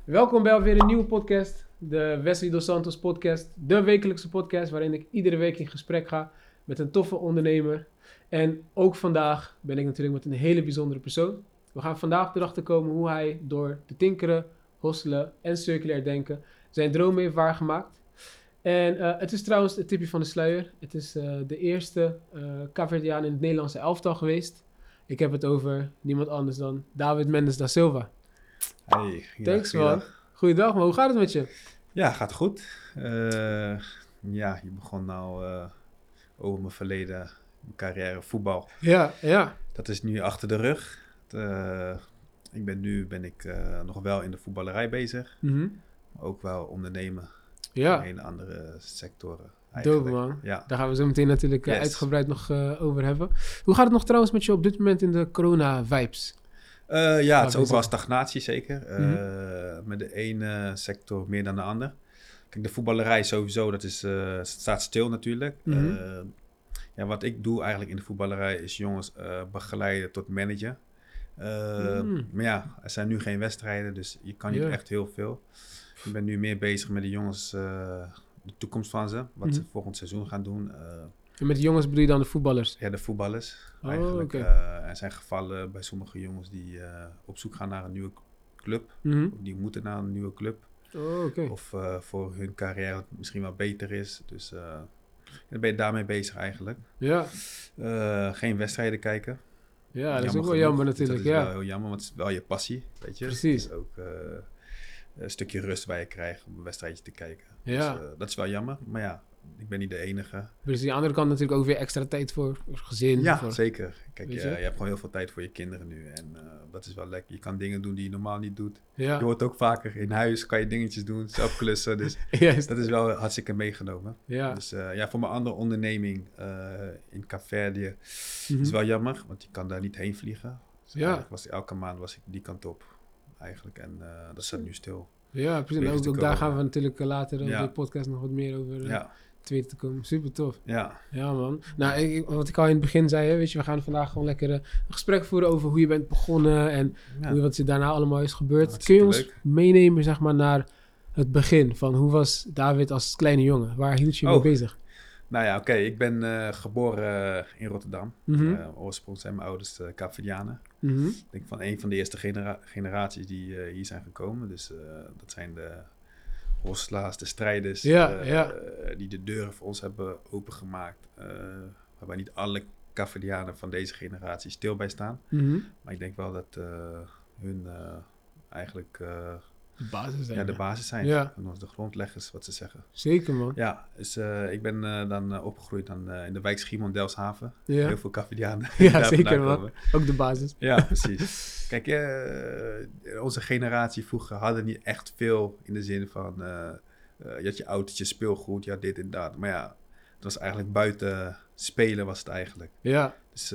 Welkom bij alweer een nieuwe podcast, de Wesley Dos Santos podcast. De wekelijkse podcast waarin ik iedere week in gesprek ga met een toffe ondernemer. En ook vandaag ben ik natuurlijk met een hele bijzondere persoon. We gaan vandaag erachter komen hoe hij door te tinkeren, hostelen en circulair denken zijn droom heeft waargemaakt. En het is trouwens het tipje van de sluier. Het is de eerste Caverdiaan in het Nederlandse elftal geweest. Ik heb het over niemand anders dan David Mendes da Silva. Hey, Thanks man. Goeiedag, maar hoe gaat het met je? Ja, gaat goed. Je begon nou over mijn verleden, mijn carrière voetbal. Ja. Dat is nu achter de rug. Ben ik nog wel in de voetballerij bezig. Mm-hmm. Maar ook wel ondernemen. Ja. In hele andere sectoren. Dope man. Ja. Daar gaan we zo meteen natuurlijk uitgebreid nog over hebben. Hoe gaat het nog trouwens met je op dit moment in de corona-vibes? Het is ook wel stagnatie zeker. Mm-hmm. Met de ene sector meer dan de ander. Kijk, de voetballerij sowieso, staat stil natuurlijk. Mm-hmm. Wat ik doe eigenlijk in de voetballerij is jongens begeleiden tot manager. Maar ja, er zijn nu geen wedstrijden, dus je kan niet echt heel veel. Ik ben nu meer bezig met de jongens, de toekomst van ze. Wat ze volgend seizoen gaan doen. En met de jongens bedoel je dan de voetballers? Ja, de voetballers. Okay. Er zijn gevallen bij sommige jongens die op zoek gaan naar een nieuwe club. Mm-hmm. Of die moeten naar een nieuwe club. Okay. Of voor hun carrière misschien wel beter is. Dus dan ben je daarmee bezig eigenlijk. Ja. Geen wedstrijden kijken. Ja, dat is ook wel jammer natuurlijk. Dat is wel heel jammer, want het is wel je passie, weet je. Precies. Het is ook een stukje rust waar je krijgt om een wedstrijdje te kijken. Ja. Dus, dat is wel jammer, maar ja, ik ben niet de enige. Dus aan de andere kant natuurlijk ook weer extra tijd voor gezin. Ja, zeker. Kijk, je? je hebt gewoon heel veel tijd voor je kinderen nu. En dat is wel lekker. Je kan dingen doen die je normaal niet doet. Ja. Je hoort ook vaker in huis, kan je dingetjes doen, zelf klussen. Dus dat is wel hartstikke meegenomen. Ja. Dus voor mijn andere onderneming in Caverdië is wel jammer, want je kan daar niet heen vliegen. Dus elke maand was ik die kant op eigenlijk. En dat staat nu stil. Ja, precies. Ook daar gaan we natuurlijk later in de podcast nog wat meer over te komen. Super tof. Ja man. Nou, wat ik al in het begin zei, hè, weet je, we gaan vandaag gewoon lekker een gesprek voeren over hoe je bent begonnen en wat er daarna allemaal is gebeurd. Kun je ons meenemen, zeg maar, naar het begin van hoe was David als kleine jongen? Waar hield je mee bezig? Nou ja, oké. Ik ben geboren in Rotterdam. Oorsprong zijn mijn ouders Caverdianen. Mm-hmm. Ik denk van een van de eerste generaties die hier zijn gekomen. Dus dat zijn de hostelaars, de strijders, die de deuren voor ons hebben opengemaakt. Waarbij niet alle Caverdianen van deze generatie stil bij staan. Mm-hmm. Maar ik denk wel dat hun eigenlijk de basis zijn. Ja. De grondleggers, wat ze zeggen. Zeker, man. Ja, dus ik ben dan opgegroeid in de wijk Schiemond, Delfshaven. Ja. Heel veel Caverdianen. Ja, zeker, man. Ook de basis. Ja, precies. Kijk, onze generatie vroeger hadden niet echt veel in de zin van... je had je autootje, speelgoed, je had dit en dat. Maar ja, het was eigenlijk buiten spelen was het eigenlijk. Ja. Dus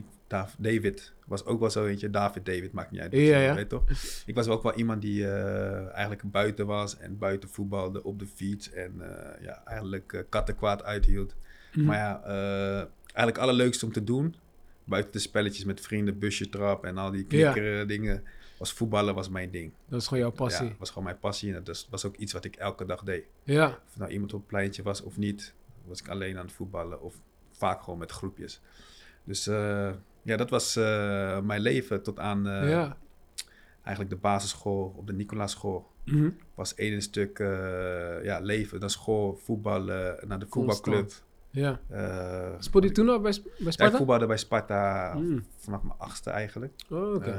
David was ook wel zo eentje. David, maakt niet uit. Ja. Weet toch? Ik was ook wel iemand die eigenlijk buiten was en buiten voetbalde op de fiets. En eigenlijk kattenkwaad uithield. Mm-hmm. Maar ja, eigenlijk allerleukste om te doen. Buiten de spelletjes met vrienden, busje trap en al die knikkeren dingen. Voetballen was mijn ding. Dat was gewoon jouw passie. Ja, dat was gewoon mijn passie. En dat was ook iets wat ik elke dag deed. Ja. Of nou iemand op het pleintje was of niet, was ik alleen aan het voetballen. Of vaak gewoon met groepjes. Dus dat was mijn leven tot aan eigenlijk de basisschool op de Nicolaaschool. Mm-hmm. Was één stuk leven. Dan school, voetballen, naar de voetbalclub. Ja. Speelde je toen al bij Sparta? Ik voetbalde bij Sparta vanaf mijn 8e eigenlijk. Oh, okay.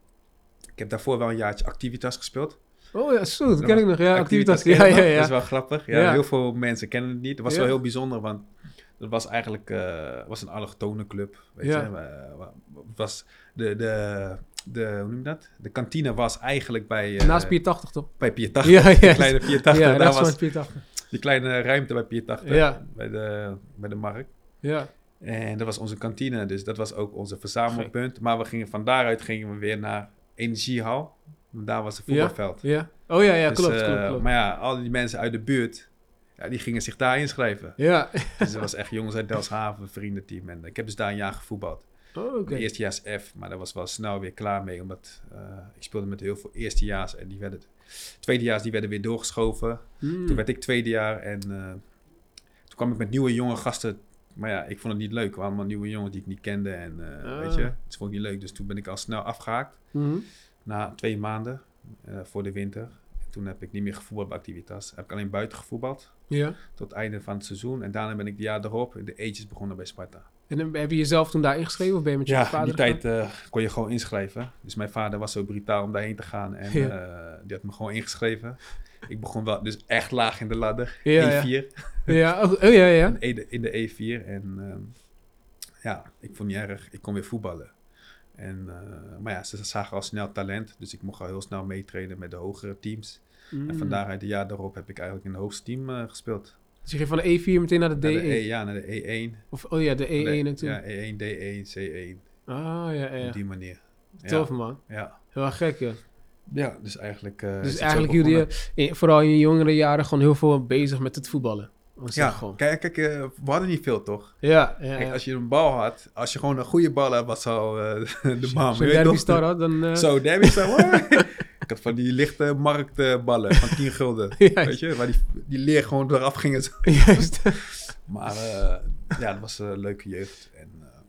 Ik heb daarvoor wel een jaartje Activitas gespeeld. Oh ja, zo, dat ken ik nog. Ja, Activitas. Ja. Dat is wel grappig. Ja, heel veel mensen kennen het niet. Dat was wel heel bijzonder, want dat was eigenlijk een allochtone club. Weet je? Het was hoe noem je dat? De kantine was eigenlijk bij... Naast Pier 80, toch? Bij Pier 80, de kleine Pier 80. Ja, daar was Pier 80. Die kleine ruimte bij Pier 80, bij de markt. Ja. En dat was onze kantine, dus dat was ook onze verzamelpunt. Maar van daaruit gingen we weer naar Energiehal. Daar was het voetbalveld. Ja. Oh ja, dus, klopt. Maar ja, al die mensen uit de buurt, die gingen zich daar inschrijven. Ja. Dus dat was echt jongens uit Delfshaven, vriendenteam. En ik heb dus daar een jaar gevoetbald. Oh, okay. Eerstejaars F, maar daar was wel snel weer klaar mee. Omdat ik speelde met heel veel eerstejaars en die werden Tweedejaars die werden weer doorgeschoven. Toen werd ik tweede jaar en toen kwam ik met nieuwe jonge gasten. Maar ja, ik vond het niet leuk. Er waren allemaal nieuwe jongens die ik niet kende en weet je, dat vond ik niet leuk. Dus toen ben ik al snel afgehaakt. Na 2 maanden voor de winter. Toen heb ik niet meer gevoetbald bij Activitas. Heb ik alleen buiten gevoetbald. Ja. Tot het einde van het seizoen. En daarna ben ik het jaar erop in de ages begonnen bij Sparta. En heb je jezelf toen daar ingeschreven of ben je met je vader in die tijd kon je gewoon inschrijven. Dus mijn vader was zo brutaal om daarheen te gaan. En die had me gewoon ingeschreven. Ik begon wel dus echt laag in de ladder. E4. Ja, In de E4. En ik vond niet erg. Ik kon weer voetballen. En, maar ja, ze zagen al snel talent. Dus ik mocht al heel snel meetrainen met de hogere teams. En van daaruit het jaar daarop heb ik eigenlijk in het hoogste team gespeeld. Dus je ging van de E4 meteen naar de D1? Naar de E1. Of, de E1 en toen? Ja, E1, D1, C1. Ja. Op die manier. Tof, man. Ja. Heel erg gek, ja. Ja, dus eigenlijk... dus eigenlijk hield je vooral in je jongere jaren gewoon heel veel bezig met het voetballen. Kijk, we hadden niet veel, toch? Ja. Kijk, als je een bal had, als je gewoon een goede bal had, was al de baan. Als je een derby star had, dan... Zo, derby star, ik had van die lichte marktballen van 10 gulden. Weet je, waar die leer gewoon eraf gingen. Juist. Maar dat was een leuke jeugd. En,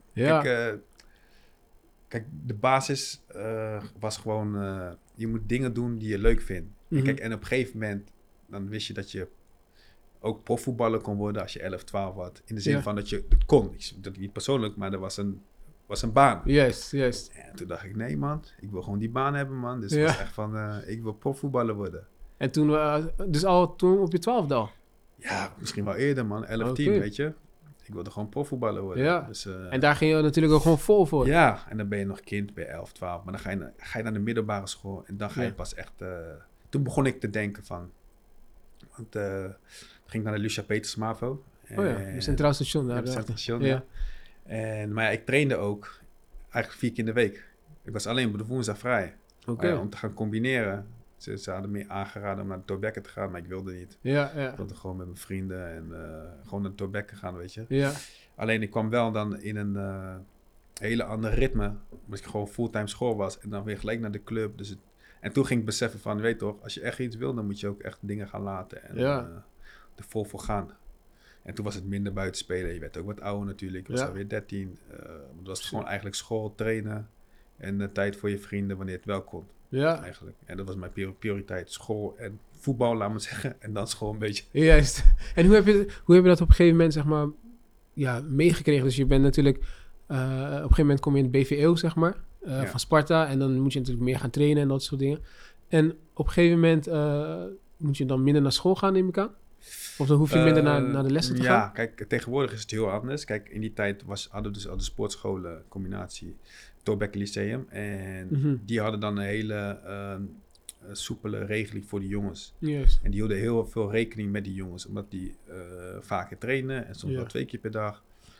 kijk, de basis was gewoon... je moet dingen doen die je leuk vindt. En op een gegeven moment, dan wist je dat je ook profvoetballer kon worden als je 11, 12 had. In de zin van dat je het kon. Dat niet persoonlijk, maar er was een baan. Juist. En toen dacht ik, nee man, ik wil gewoon die baan hebben man. Dus het was echt van, ik wil profvoetballer worden. En toen, dus al toen op je 12e al? Ja, misschien wel eerder man, 11, 10, weet je. Ik wilde gewoon profvoetballer worden. Ja. Dus, en daar ging je natuurlijk ook gewoon vol voor. Ja, en dan ben je nog kind bij 11, 12. Maar dan ga je naar de middelbare school en dan ga je pas echt... toen begon ik te denken van... Want toen ging ik naar de Lucia Peters MAVO. De Centraal Station. Daar, Centraal Station, ja. Maar ik trainde ook eigenlijk 4 keer in de week. Ik was alleen op de woensdag vrij. Om te gaan combineren. Ze hadden me aangeraden om naar de Thorbecke te gaan, maar ik wilde niet. Ja. Ik wilde gewoon met mijn vrienden en gewoon naar de Thorbecke gaan, weet je. Ja. Alleen ik kwam wel dan in een hele andere ritme. Omdat ik gewoon fulltime school was en dan weer gelijk naar de club. Dus en toen ging ik beseffen van, weet toch, als je echt iets wil, dan moet je ook echt dingen gaan laten. En er vol voor gaan. En toen was het minder buiten spelen. Je werd ook wat ouder natuurlijk. Ik was alweer 13. Het was gewoon eigenlijk school, trainen. En tijd voor je vrienden wanneer het wel kon. Ja. Eigenlijk. En dat was mijn prioriteit. School en voetbal, laat maar zeggen. En dan school een beetje. Juist. En hoe heb je dat op een gegeven moment, zeg maar, meegekregen? Dus je bent natuurlijk... op een gegeven moment kom je in de BVO, zeg maar. Van Sparta. En dan moet je natuurlijk meer gaan trainen en dat soort dingen. En op een gegeven moment moet je dan minder naar school gaan, neem ik aan? Of dan hoef je minder naar de lessen te gaan? Ja, kijk, tegenwoordig is het heel anders. Kijk, in die tijd hadden we dus al de sportscholen combinatie Thorbecke Lyceum. En die hadden dan een hele soepele regeling voor die jongens. Juist. En die hielden heel veel rekening met die jongens. Omdat die vaker trainen en soms wel 2 keer per dag.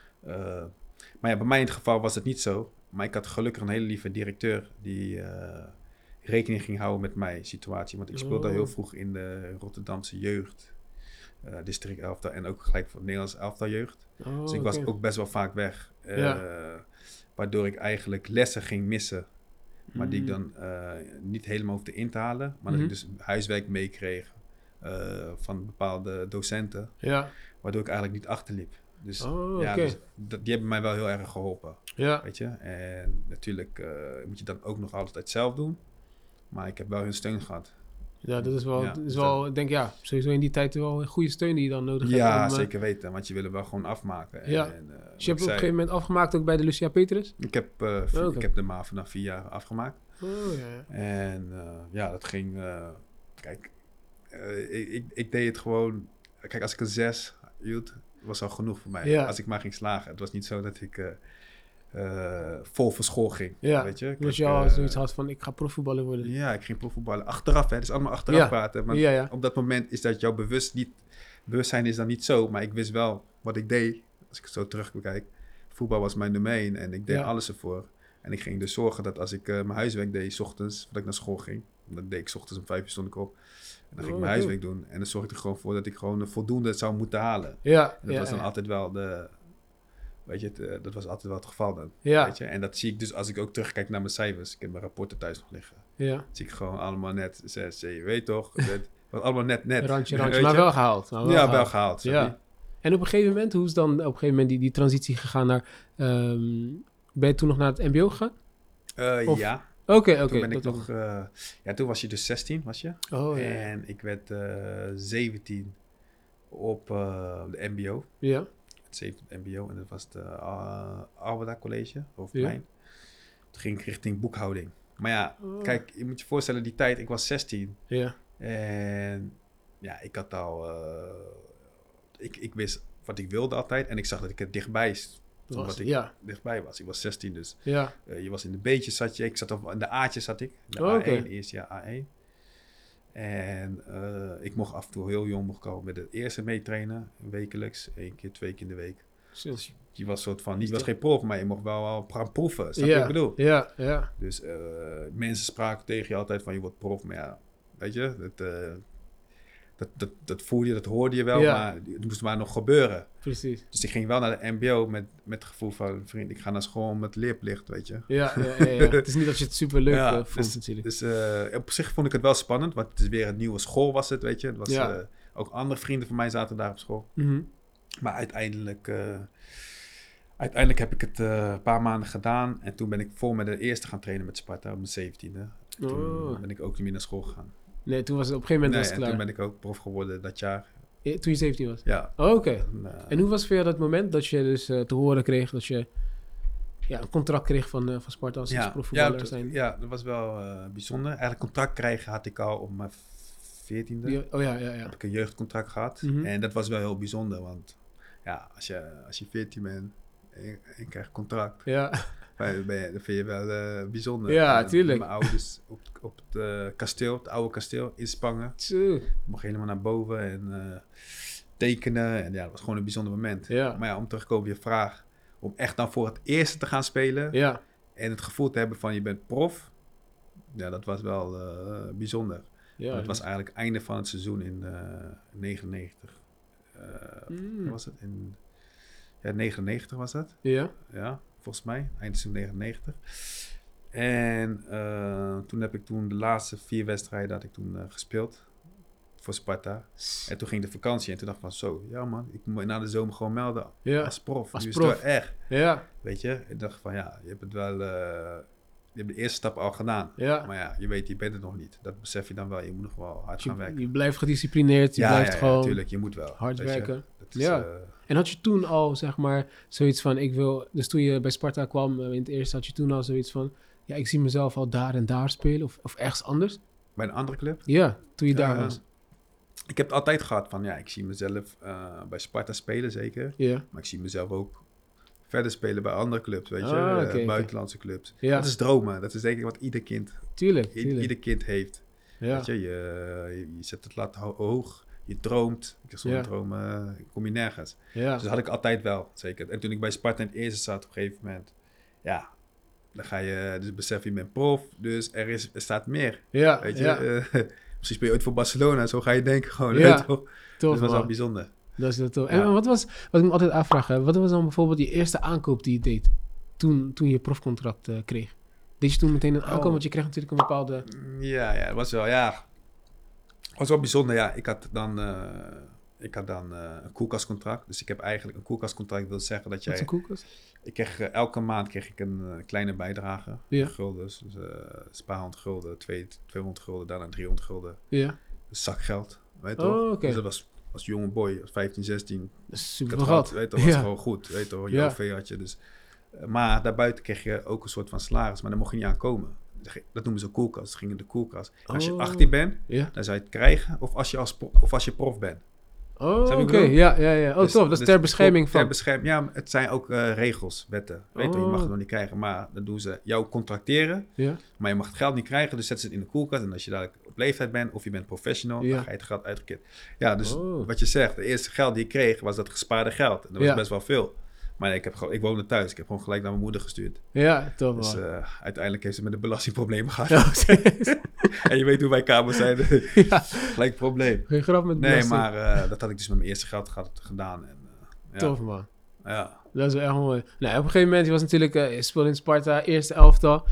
Maar ja, bij mij in het geval was het niet zo. Maar ik had gelukkig een hele lieve directeur die rekening ging houden met mijn situatie. Want ik speelde heel vroeg in de Rotterdamse jeugd. District elftal en ook gelijk voor het Nederlands elftal jeugd. Dus ik was ook best wel vaak weg. Waardoor ik eigenlijk lessen ging missen. Maar die ik dan niet helemaal hoefde in te halen. Maar dat ik dus huiswerk meekreeg van bepaalde docenten. Ja. Waardoor ik eigenlijk niet achterliep. Dus dus die hebben mij wel heel erg geholpen. Ja. Weet je? En natuurlijk moet je dan ook nog altijd zelf doen. Maar ik heb wel hun steun gehad. Ja, dat is wel, ik denk sowieso in die tijd wel een goede steun die je dan nodig hebt. Ja, zeker weten, want je wil er wel gewoon afmaken. Dus je hebt op een gegeven moment afgemaakt ook bij de Lucia Petrus? Ik heb de MAVO na 4 jaar afgemaakt. En dat ging, kijk, ik deed het gewoon, kijk, als ik een 6 hield, was al genoeg voor mij. Als ik maar ging slagen. Het was niet zo dat ik vol voor school ging. Weet je? Dus je al zoiets had van, ik ga profvoetballer worden. Ja, ik ging profvoetballen. Achteraf, het is allemaal achteraf praten. Maar op dat moment is dat jouw bewustzijn is dan niet zo. Maar ik wist wel wat ik deed. Als ik zo terug bekijk. Voetbal was mijn domein en ik deed alles ervoor. En ik ging dus zorgen dat als ik mijn huiswerk deed, 's ochtends, voordat ik naar school ging. Dan deed ik 's ochtends om 5 uur stond ik op. En dan ging ik mijn huiswerk doen. En dan zorgde ik er gewoon voor dat ik gewoon een voldoende zou moeten halen. Dat was dan altijd wel Weet je, dat was altijd wel het geval dan. Ja. Weet je? En dat zie ik dus als ik ook terugkijk naar mijn cijfers. Ik heb mijn rapporten thuis nog liggen. Ja. Dat zie ik gewoon allemaal net 6, 7, weet toch? Het was allemaal net. Randje, maar wel gehaald. Wel gehaald. Ja. En op een gegeven moment, hoe is dan op een gegeven moment die transitie gegaan naar... ben je toen nog naar het mbo gegaan? Ja. Oké. Toen ben ik nog... toen was je dus 16, was je? Oh, ja. En ik werd 17 op de mbo. Ja. Het 17 mbo. En dat was het Alberda College, Hoofdplein. Ja. Toen ging ik richting boekhouding. Maar ja, kijk, je moet je voorstellen, die tijd, ik was 16. Ja. En ja, ik had al... Ik wist wat ik wilde altijd. En ik zag dat ik er dichtbij dichtbij was. Ik was 16 dus. Ja. Je was in de B'tjes zat je. Ik zat in de A'tjes zat ik. De A1, eerste jaar A1. En ik mocht af en toe heel jong al met het eerste meetrainen. Wekelijks. 1 keer, 2 keer in de week. Dus je was soort van... Je was geen prof, maar je mocht wel gaan proeven. Snap je wat ik bedoel? Ja. Dus mensen spraken tegen je altijd van je wordt prof. Maar ja, weet je... Dat voelde je, dat hoorde je wel, maar het moest maar nog gebeuren. Precies. Dus ik ging wel naar de mbo met het gevoel van... vriend, ik ga naar school met leerplicht, weet je. Ja. Het is niet dat je het super leuk vond natuurlijk. Dus op zich vond ik het wel spannend, want het is weer een nieuwe school was het, weet je. Het was, ook andere vrienden van mij zaten daar op school. Mm-hmm. Maar uiteindelijk heb ik het een paar maanden gedaan. En toen ben ik vol met de eerste gaan trainen met Sparta op mijn 17e. Toen ben ik ook niet meer naar school gegaan. Nee, toen was het op een gegeven moment was het klaar. Toen ben ik ook prof geworden dat jaar. Toen je 17 was? Ja. Oké. En hoe was voor jou dat moment dat je dus te horen kreeg dat je een contract kreeg van Sparta als profvoetballer zijn? Ja, dat was wel bijzonder. Eigenlijk contract krijgen had ik al op mijn 14e. Ja. Heb ik een jeugdcontract gehad. Mm-hmm. En dat was wel heel bijzonder, want ja, als je 14 bent en je krijgt contract... Ja. Dat vind je wel bijzonder. Ja, tuurlijk. Mijn ouders op het kasteel, het oude kasteel in Spangen. Ik mocht helemaal naar boven en tekenen. En ja, dat was gewoon een bijzonder moment. Ja. Maar ja, om terug te komen op je vraag. Om echt dan voor het eerste te gaan spelen. Ja. En het gevoel te hebben van je bent prof. Ja, dat was wel bijzonder. Ja, het was eigenlijk het einde van het seizoen in 99. Was het? In 99 was dat. Ja. Ja. Volgens mij, eind seizoen 99. En toen heb ik de laatste 4 wedstrijden had ik toen gespeeld voor Sparta. En toen ging de vakantie en toen dacht ik van zo, ja man, ik moet na de zomer gewoon melden als prof. Nu is het wel echt. Ja. Weet je, ik dacht van ja, je hebt het wel, je hebt de eerste stap al gedaan. Ja. Maar ja, je weet, je bent het nog niet. Dat besef je dan wel, je moet nog wel hard gaan werken. Je blijft gedisciplineerd, je blijft gewoon... Ja, natuurlijk, je moet wel. Hard werken. Is, en had je toen al, zeg maar, zoiets van, dus toen je bij Sparta kwam, in het eerste, had je toen al zoiets van, ja, ik zie mezelf al daar en daar spelen, of ergens anders? Bij een andere club? Ja, toen je daar was. Ik heb het altijd gehad van, ja, ik zie mezelf bij Sparta spelen, zeker. Ja. Maar ik zie mezelf ook verder spelen bij andere clubs, weet je, buitenlandse clubs. Ja. Dat is dromen, dat is denk ik wat ieder kind, ieder kind heeft. Ja. Weet je zet het lat hoog. Je droomt. Ik zeg zonder dromen kom je nergens. Ja. Dus dat had ik altijd wel, zeker. En toen ik bij Sparta in het eerste zat, op een gegeven moment... Ja, dan ga je dus beseffen, je bent prof. Dus er staat meer. Ja, weet je? Ja. Misschien speel je ooit voor Barcelona. Zo ga je denken gewoon. Ja, toch? Tof, dus dat was wel bijzonder. Dat is tof. Ja. En wat ik me altijd afvraag, wat was dan bijvoorbeeld die eerste aankoop die je deed? Toen je profcontract kreeg? Deed je toen meteen een aankoop? Want je kreeg natuurlijk een bepaalde... Ja, het was wel, Het was wel bijzonder, ja. Ik had dan een koelkastcontract. Dus ik heb eigenlijk een koelkastcontract. Dat wil zeggen dat jij... Wat is een koelkast? Ik kreeg, elke maand kreeg ik een kleine bijdrage. Ja. Guldens. Dus spaarhand gulden, 200 gulden, daarna 300 gulden. Ja. Dus zakgeld, weet je toch? Okay. Dus dat was als jonge boy, 15, 16. Dat is super gehad. Weet je, dat was gewoon goed. Weet je toch? Je OV had je dus. Maar daarbuiten kreeg je ook een soort van salaris. Maar daar mocht je niet aan komen. Dat noemen ze een koelkast. Het ging in de koelkast. Als je 18 bent, dan zou je het krijgen. Of als je prof bent. Oh, oké. Ja. Oh, dus, tof. Dat is ter bescherming van... Ja, het zijn ook regels, wetten. Weet je, je mag het nog niet krijgen. Maar dan doen ze jou contracteren. Ja. Maar je mag het geld niet krijgen. Dus zetten ze het in de koelkast. En als je dadelijk op leeftijd bent of je bent professional, dan ga je het geld uitgekeerd. Ja, dus wat je zegt. De eerste geld die ik kreeg, was dat gespaarde geld. En dat was best wel veel. Maar ik woonde thuis. Ik heb gewoon gelijk naar mijn moeder gestuurd. Ja, toch dus uiteindelijk heeft ze met een belastingprobleem gehad. En je weet hoe wij kamers zijn. Gelijk probleem. Geen grap met belasting. Nee, maar dat had ik dus met mijn eerste geld gedaan. En, tof, man. Ja. Dat is wel echt mooi. Nou, op een gegeven moment, je was natuurlijk... je speelde in Sparta, eerste elftal.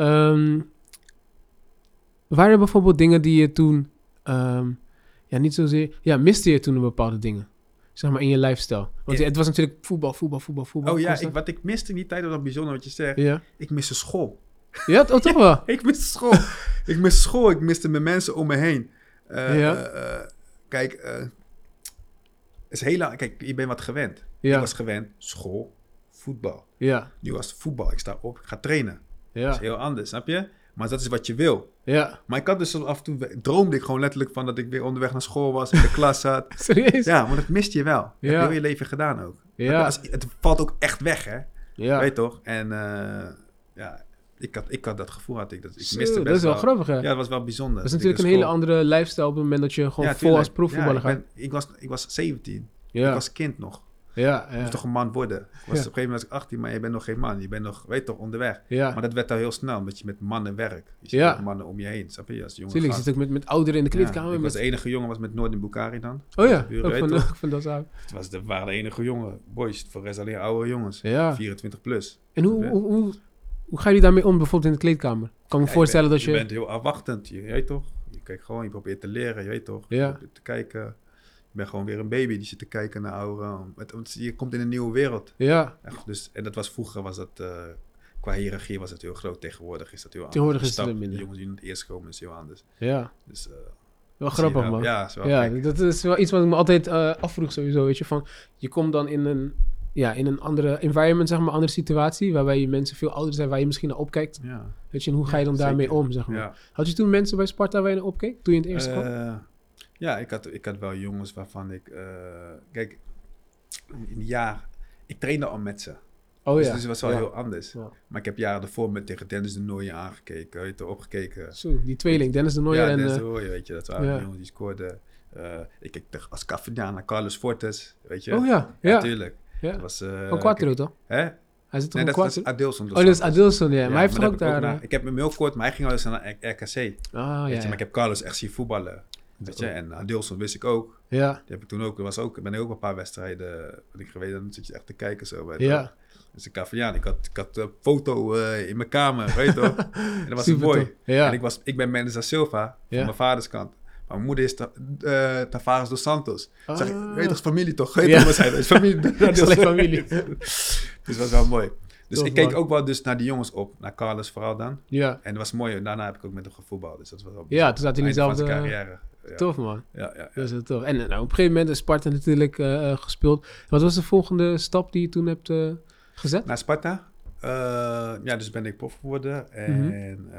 Waren er bijvoorbeeld dingen die je toen... niet zozeer... Ja, miste je toen een bepaalde dingen? Zeg maar in je lifestyle. Want het was natuurlijk voetbal. Oh ja, wat ik miste in die tijd, was wel bijzonder wat je zegt. Ja. Ik miste school. Ja, toch wel? Ik miste school. Ik miste school. Ik miste mijn mensen om me heen. Kijk, is kijk, je bent wat gewend. Ja. Ik was gewend school, voetbal. Ja. Nu was het voetbal. Ik sta op, ik ga trainen. Ja. Dat is heel anders, snap je? Maar dat is wat je wil. Ja. Maar ik had dus af en toe... droomde ik gewoon letterlijk van dat ik weer onderweg naar school was, in de klas zat. Serieus? Ja, maar dat miste je wel. Dat heb je heel je leven gedaan ook. Ja. Het valt ook echt weg, hè? Ja. Weet je toch? En ik had dat gevoel, ik miste best dat is wel grappig, hè? Ja, dat was wel bijzonder. Dat is natuurlijk een hele andere lifestyle op het moment dat je gewoon vol als profvoetballer gaat. Ik was 17. Ja. Ik was kind nog. Ja. Je moet toch een man worden. Op een gegeven moment was ik 18, maar je bent nog geen man. Je bent nog, weet toch, onderweg. Ja. Maar dat werd al heel snel, omdat je met mannen werkt. Je ziet ook mannen om je heen, snap je? Als jonge tuurlijk, je zit ook met ouderen in de kleedkamer. Ik was de enige jongen, was met Noordin Bukhari dan. Oh ja, buren, van dat zou. Het waren de enige jongen. Boys, voor de rest alleen oude jongens. Ja. 24 plus. En hoe gaan jullie daarmee om, bijvoorbeeld in de kleedkamer? Ik kan me voorstellen dat je... Je bent heel afwachtend, je weet toch? Je kijkt gewoon, je probeert te leren, je weet toch? Ja. Je probeert te kijken. Je bent gewoon weer een baby die zit te kijken naar oude... Je komt in een nieuwe wereld. Ja. Echt, dus, en dat was vroeger, was dat... qua hiërarchie was het heel groot. Tegenwoordig is dat heel anders. Tegenwoordig is het minder. De jongens die het eerst komen is heel anders. Ja. Dus... wel grappig, man. Ja, is wel dat is wel iets wat ik me altijd afvroeg sowieso, weet je. Van, je komt dan in een andere environment, zeg maar, andere situatie, waarbij je mensen veel ouder zijn, waar je misschien naar opkijkt. Ja. Weet je, en hoe ga je dan daarmee om, zeg maar. Ja. Had je toen mensen bij Sparta waar je naar opkeek, toen je in het eerste kwam? Ja, ik had wel jongens waarvan ik... kijk, in een jaar... Ik trainde al met ze. Dus het was wel heel anders. Ja. Maar ik heb jaren daarvoor tegen Dennis de Nooijer aangekeken. Weet je, opgekeken. Zo, die tweeling, Dennis de Nooijer. Ja, Dennis de Nooijer, weet je. Dat waren de jongens die scoorden. Ik keek als Cafediaan naar Carlos Fortes, weet je. Oh ja. Ja, natuurlijk. Ja. Dat was... Van Quattro, toch? Hè? Hij zit toch dat is Adilson. Dat is Adilson, ja. Maar hij heeft toch ook daar... Ik heb hem heel kort, maar hij ging wel eens naar RKC. Ah, ja. Maar ik heb Carlos echt zien voetballen. Weet je, en Adilson wist ik ook. Ja. Die heb ik toen ook. Ben ik ook een paar wedstrijden ben ik geweest. Dan zit je echt te kijken zo. Ja. Dus ik dacht van ik had een foto in mijn kamer, weet je toch? En dat was mooi. Ja. En ik ben Mendes da Silva van mijn vaders kant. Maar mijn moeder is Tavares dos Santos. Zeg ik, weet toch, familie toch? Weet toch, zijn dat is familie. Dat is alleen familie. Dus dat was wel mooi. Dus ik keek ook wel dus naar die jongens op. Naar Carlos vooral dan. Ja. En dat was mooi. Daarna heb ik ook met hem gevoetbald. Dus dat was wel ja, toen zat hij in dezelfde carrière. Ja. Tof, man. Ja. Dat is heel tof. En op een gegeven moment is Sparta natuurlijk gespeeld. Wat was de volgende stap die je toen hebt gezet? Naar Sparta? Dus ben ik prof geworden. En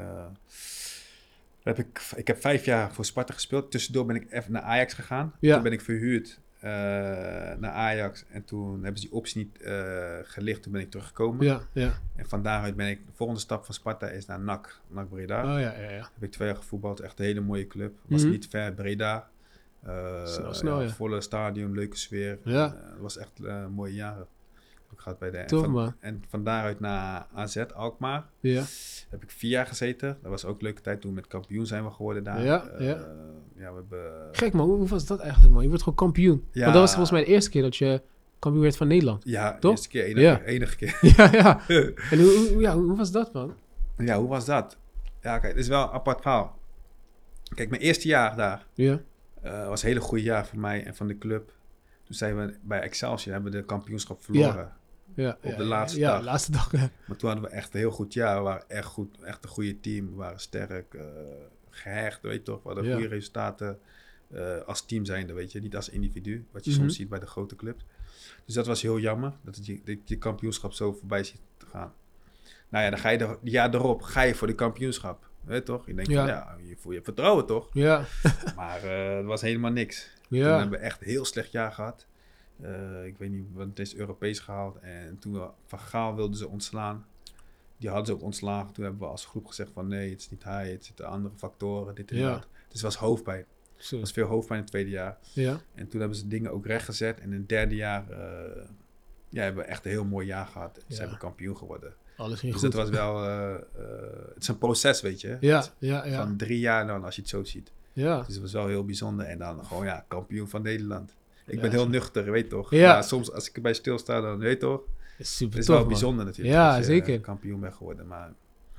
ik heb 5 jaar voor Sparta gespeeld. Tussendoor ben ik even naar Ajax gegaan. Ja. Toen ben ik verhuurd naar Ajax. En toen hebben ze die optie niet gelicht. Toen ben ik teruggekomen. Ja. En van daaruit ben ik... De volgende stap van Sparta is naar NAC Breda. Oh ja. Heb ik 2 jaar gevoetbald. Echt een hele mooie club. Was niet ver, Breda. Snel, volle stadion, leuke sfeer. Ja. Het was echt mooie jaren. Heb ik gehad bij de... Tof, man. En van daaruit naar AZ, Alkmaar. Ja. Heb ik 4 jaar gezeten. Dat was ook een leuke tijd. Toen met kampioen zijn we geworden daar. We hebben... Gek, man. Hoe was dat eigenlijk, man? Je wordt gewoon kampioen. Ja. Want dat was volgens mij de eerste keer dat je kampioen werd van Nederland. Ja, toch? Eerste keer. Enige keer. Ja. En hoe was dat, man? Ja, hoe was dat? Ja, kijk, het is wel een apart verhaal. Kijk, mijn eerste jaar daar was een hele goede jaar voor mij en van de club. Toen zijn we bij Excelsior, hebben we de kampioenschap verloren. Ja. Op de laatste dag. Ja, de laatste dag. Ja. Maar toen hadden we echt een heel goed jaar. We waren echt goed, echt een goede team. We waren sterk, gehecht, weet je toch. We hadden goede resultaten als team zijnde, weet je. Niet als individu, wat je soms ziet bij de grote clubs. Dus dat was heel jammer, dat je kampioenschap zo voorbij ziet te gaan. Nou ja, dan ga je het jaar erop voor de kampioenschap. Weet je toch? Je denkt je voelt je vertrouwen toch? Ja. Maar het was helemaal niks. Ja. Toen hebben we echt een heel slecht jaar gehad. Ik weet niet, want het is Europees gehaald. En toen Van Gaal wilden ze ontslaan. Die hadden ze ook ontslagen. Toen hebben we als groep gezegd van nee, het is niet hij. Het zitten andere factoren, dit en dat. Dus het was hoofdpijn. Er was veel hoofdpijn in het tweede jaar. Ja. En toen hebben ze dingen ook rechtgezet. En in het derde jaar hebben we echt een heel mooi jaar gehad. En ze hebben kampioen geworden. Alles ging dus goed. dat was wel... het is een proces, weet je. Ja. Van 3 jaar dan, als je het zo ziet. Ja. Dus het was wel heel bijzonder. En dan gewoon, kampioen van Nederland. Ik ben heel nuchter, weet toch. Ja. Maar soms als ik erbij stilsta, dan weet toch. Super Het is tof, wel man. bijzonder natuurlijk. Ja, dat je zeker. kampioen bent geworden. Maar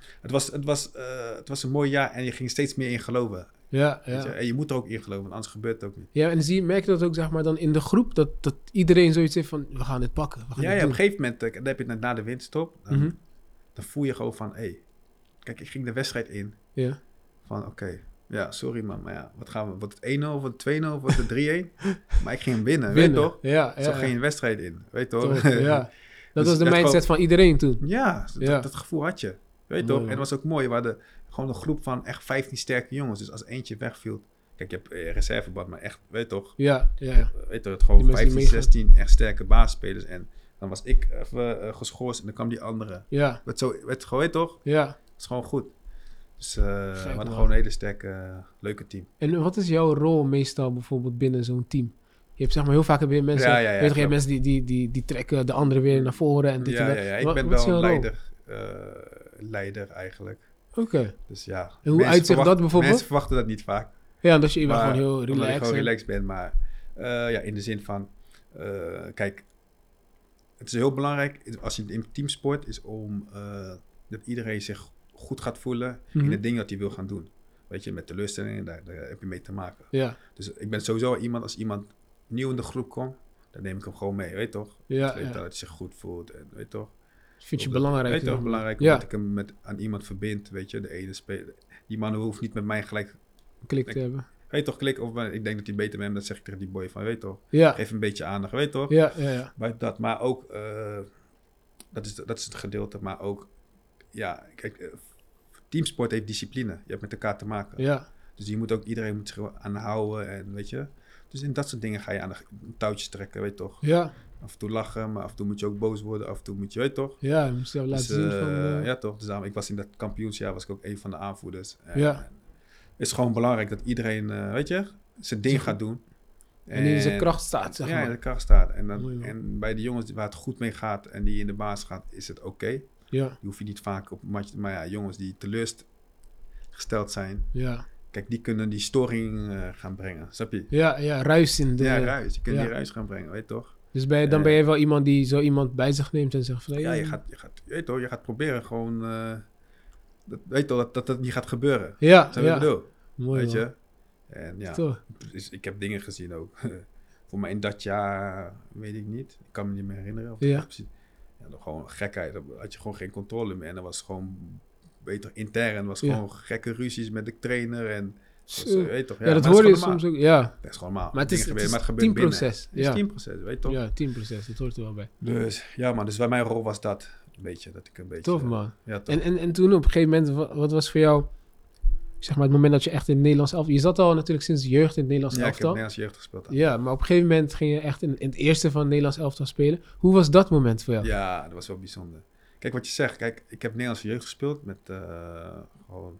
het was een mooi jaar en je ging steeds meer in geloven. Ja, Weet je? ja. En je moet er ook in geloven, anders gebeurt het ook niet. Ja, en merk je dat ook, zeg maar, dan in de groep, dat iedereen zoiets heeft van, we gaan dit pakken. We gaan dit Op doen. een gegeven moment, dan heb je het na de winterstop, Mhm. dan voel je gewoon van, kijk, ik ging de wedstrijd in. Ja. Van, oké, ja, sorry man, maar ja, wat gaan we, wordt het 1-0, wordt het 2-0, wordt het 3-1? Maar ik ging hem winnen, weet je toch? Ja, Zo ging je de wedstrijd in, weet je toch? Toch, ja. Dat Dus was de echt mindset van iedereen toen. Ja, Ja. dat gevoel had je. Weet je Mooi, toch? man. En het was ook mooi. We hadden gewoon een groep van echt 15 sterke jongens. Dus als eentje wegviel... Kijk, je hebt reservebad, maar echt, weet je toch? Ja. Weet je, het gewoon Die mensen die 15, 16 echt sterke basisspelers. En dan was ik even geschorst en dan kwam die andere. Ja. Werd gewoon, weet je toch? Ja. Het is gewoon goed. Dus we hadden man. gewoon een hele sterke, leuke team. En wat is jouw rol meestal bijvoorbeeld binnen zo'n team? Je hebt zeg maar heel vaak weer mensen, Ja, weet je, je hebt mensen die trekken de anderen weer naar voren en dit en dat. Ik ben Wat is wel jouw een rol? leider eigenlijk. Oké. Dus ja. En hoe uitzicht dat bijvoorbeeld? Mensen verwachten dat niet vaak. Ja, dat je bent Maar gewoon heel omdat ik relaxed. gewoon relaxed ben, maar in de zin van, kijk, het is heel belangrijk als je in teamsport is om dat iedereen zich goed gaat voelen in het ding dat hij wil gaan doen. Weet je, met teleurstellingen, daar heb je mee te maken. Ja. Dus ik ben sowieso iemand, als iemand nieuw in de groep komt, dan neem ik hem gewoon mee, weet je toch? Ja, Dus weet ja. dat hij zich goed voelt en weet je toch? Vind je belangrijk? Weet je toch, belangrijk Ja. omdat ik hem aan iemand verbind, weet je, de ene speler. Die man hoeft niet met mij gelijk, Klik te hebben. weet je toch, klikken of ik denk dat hij beter met hem, dat zeg ik tegen die boy van, weet je toch? Ja. Geef een beetje aandacht, weet je toch? Ja. Maar dat, maar ook, dat is het gedeelte, maar ook, ja, kijk, teamsport heeft discipline. Je hebt met elkaar te maken. Ja. Dus iedereen moet zich aan houden en weet je. Dus in dat soort dingen ga je aan de touwtjes trekken, weet je toch? Ja. Af en toe lachen, maar af en toe moet je ook boos worden. Af en toe moet je, weet je toch? Ja, je moest je laten Dus, zien van... ja, toch? Dus daarom, ik was in dat kampioensjaar was ik ook een van de aanvoerders. Ja. Het is gewoon belangrijk dat iedereen, weet je, zijn ding gaat doen. En in zijn kracht staat, zeg ja, maar. in de kracht staat. En, Mooi, man. en bij de jongens waar het goed mee gaat en die in de baas gaat, is het oké. Ja. Die hoef je niet vaak op match. Maar ja, jongens die teleurgesteld zijn, Ja. kijk, die kunnen die storing gaan brengen. Snap je? Ja, ruis in de... Ja, ruis. Je kunt ja. die ruis gaan brengen, weet je toch? Dus dan ben je wel iemand die zo iemand bij zich neemt en zegt van... Ja, je weet toch, je gaat proberen gewoon... weet toch, dat niet gaat gebeuren. Ja, Dat is wat ik bedoel. Mooi, Weet man. je? En ja, Toch. dus ik heb dingen gezien ook. Voor mij in dat jaar, weet ik niet. Ik kan me niet meer herinneren. Of Ja. echt precies. Ja, dan gewoon gekheid. Dan had je gewoon geen controle meer. En dan was het gewoon beter intern. Was Ja. gewoon gekke ruzies met de trainer. En was, Zo. weet toch? Ja, maar dat is hoor je gewoon soms ook. Ja, normaal. Dat is gewoon normaal. maar het is Dingen gebeuren, maar het gebeurt teamproces. binnen. Het Ja. is teamproces, weet je toch? Ja, teamproces. Dat hoort er wel bij. Dus ja, man. Dus bij mijn rol was dat een beetje. Dat ik een beetje... Tof, man. Ja, toch. En toen op een gegeven moment, wat was voor jou... Zeg maar het moment dat je echt in het Nederlands elftal... Je zat al natuurlijk sinds jeugd in het Nederlands Ja, ik heb elftal. Nederlands jeugd gespeeld. Ja, maar op een gegeven moment ging je echt in het eerste van het Nederlands elftal spelen. Hoe was dat moment voor jou? Ja, dat was wel bijzonder. Kijk wat je zegt. Kijk, ik heb Nederlandse jeugd gespeeld met gewoon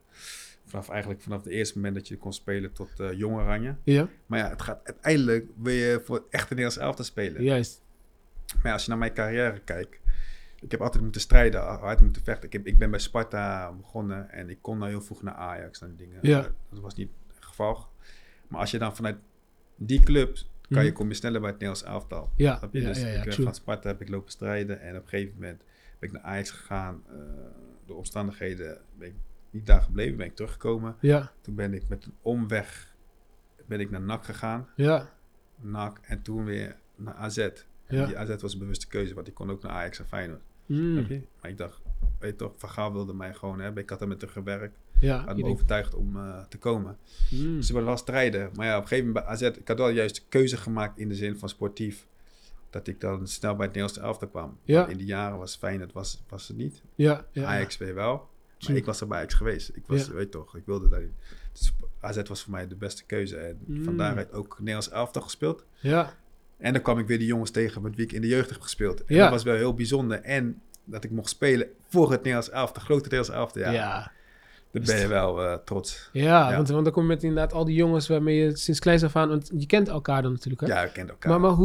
vanaf het eerste moment dat je kon spelen tot Jong Oranje. Ja, Maar ja, het gaat uiteindelijk wil je voor echt een Nederlands elftal spelen. juist. Maar ja, als je naar mijn carrière kijkt, ik heb altijd moeten strijden, hard moeten vechten. Ik ben bij Sparta begonnen en ik kon nou heel vroeg naar Ajax en die dingen. Ja. Dat was niet het geval. Maar als je dan vanuit die club kom je sneller bij het Nederlands elftal. Ja, Snap je? ja, Dus ja, ik true. van Sparta heb ik lopen strijden en op een gegeven moment ben ik naar Ajax gegaan. Door omstandigheden ben ik niet daar gebleven, ben ik teruggekomen. Ja, Toen ben ik met een omweg naar NAC gegaan. ja, NAC en toen weer naar AZ. En Ja. die AZ was een bewuste keuze, want ik kon ook naar Ajax en Feyenoord. Mm. Snap je? Maar ik dacht, weet je toch, Van Gaal wilde mij gewoon hebben. Ik had er met hem gewerkt. Ja, Had me overtuigd om te komen. Dus ik was wel strijden. Maar ja, op een gegeven moment bij AZ, ik had wel juist de keuze gemaakt in de zin van sportief. Dat ik dan snel bij het Nederlandse elftal kwam. Ja. Want in die jaren was Feyenoord was het niet. ja, Ajax weer wel. Maar True. ik was er bij Ajax geweest. Ik was, Ja. weet toch, ik wilde daar niet. Dus AZ was voor mij de beste keuze. En van daaruit ook Nederlands elftal gespeeld. Ja, En dan kwam ik weer die jongens tegen met wie ik in de jeugd heb gespeeld. En Ja. dat was wel heel bijzonder. En dat ik mocht spelen voor het Nederlands elftal, grote Nederlands elftal. Ja, ja. daar ben je wel trots. Ja, Ja. want dan kom je met inderdaad al die jongens waarmee je sinds kleins af aan... Want je kent elkaar dan natuurlijk, hè? Ja, we kenden elkaar. Maar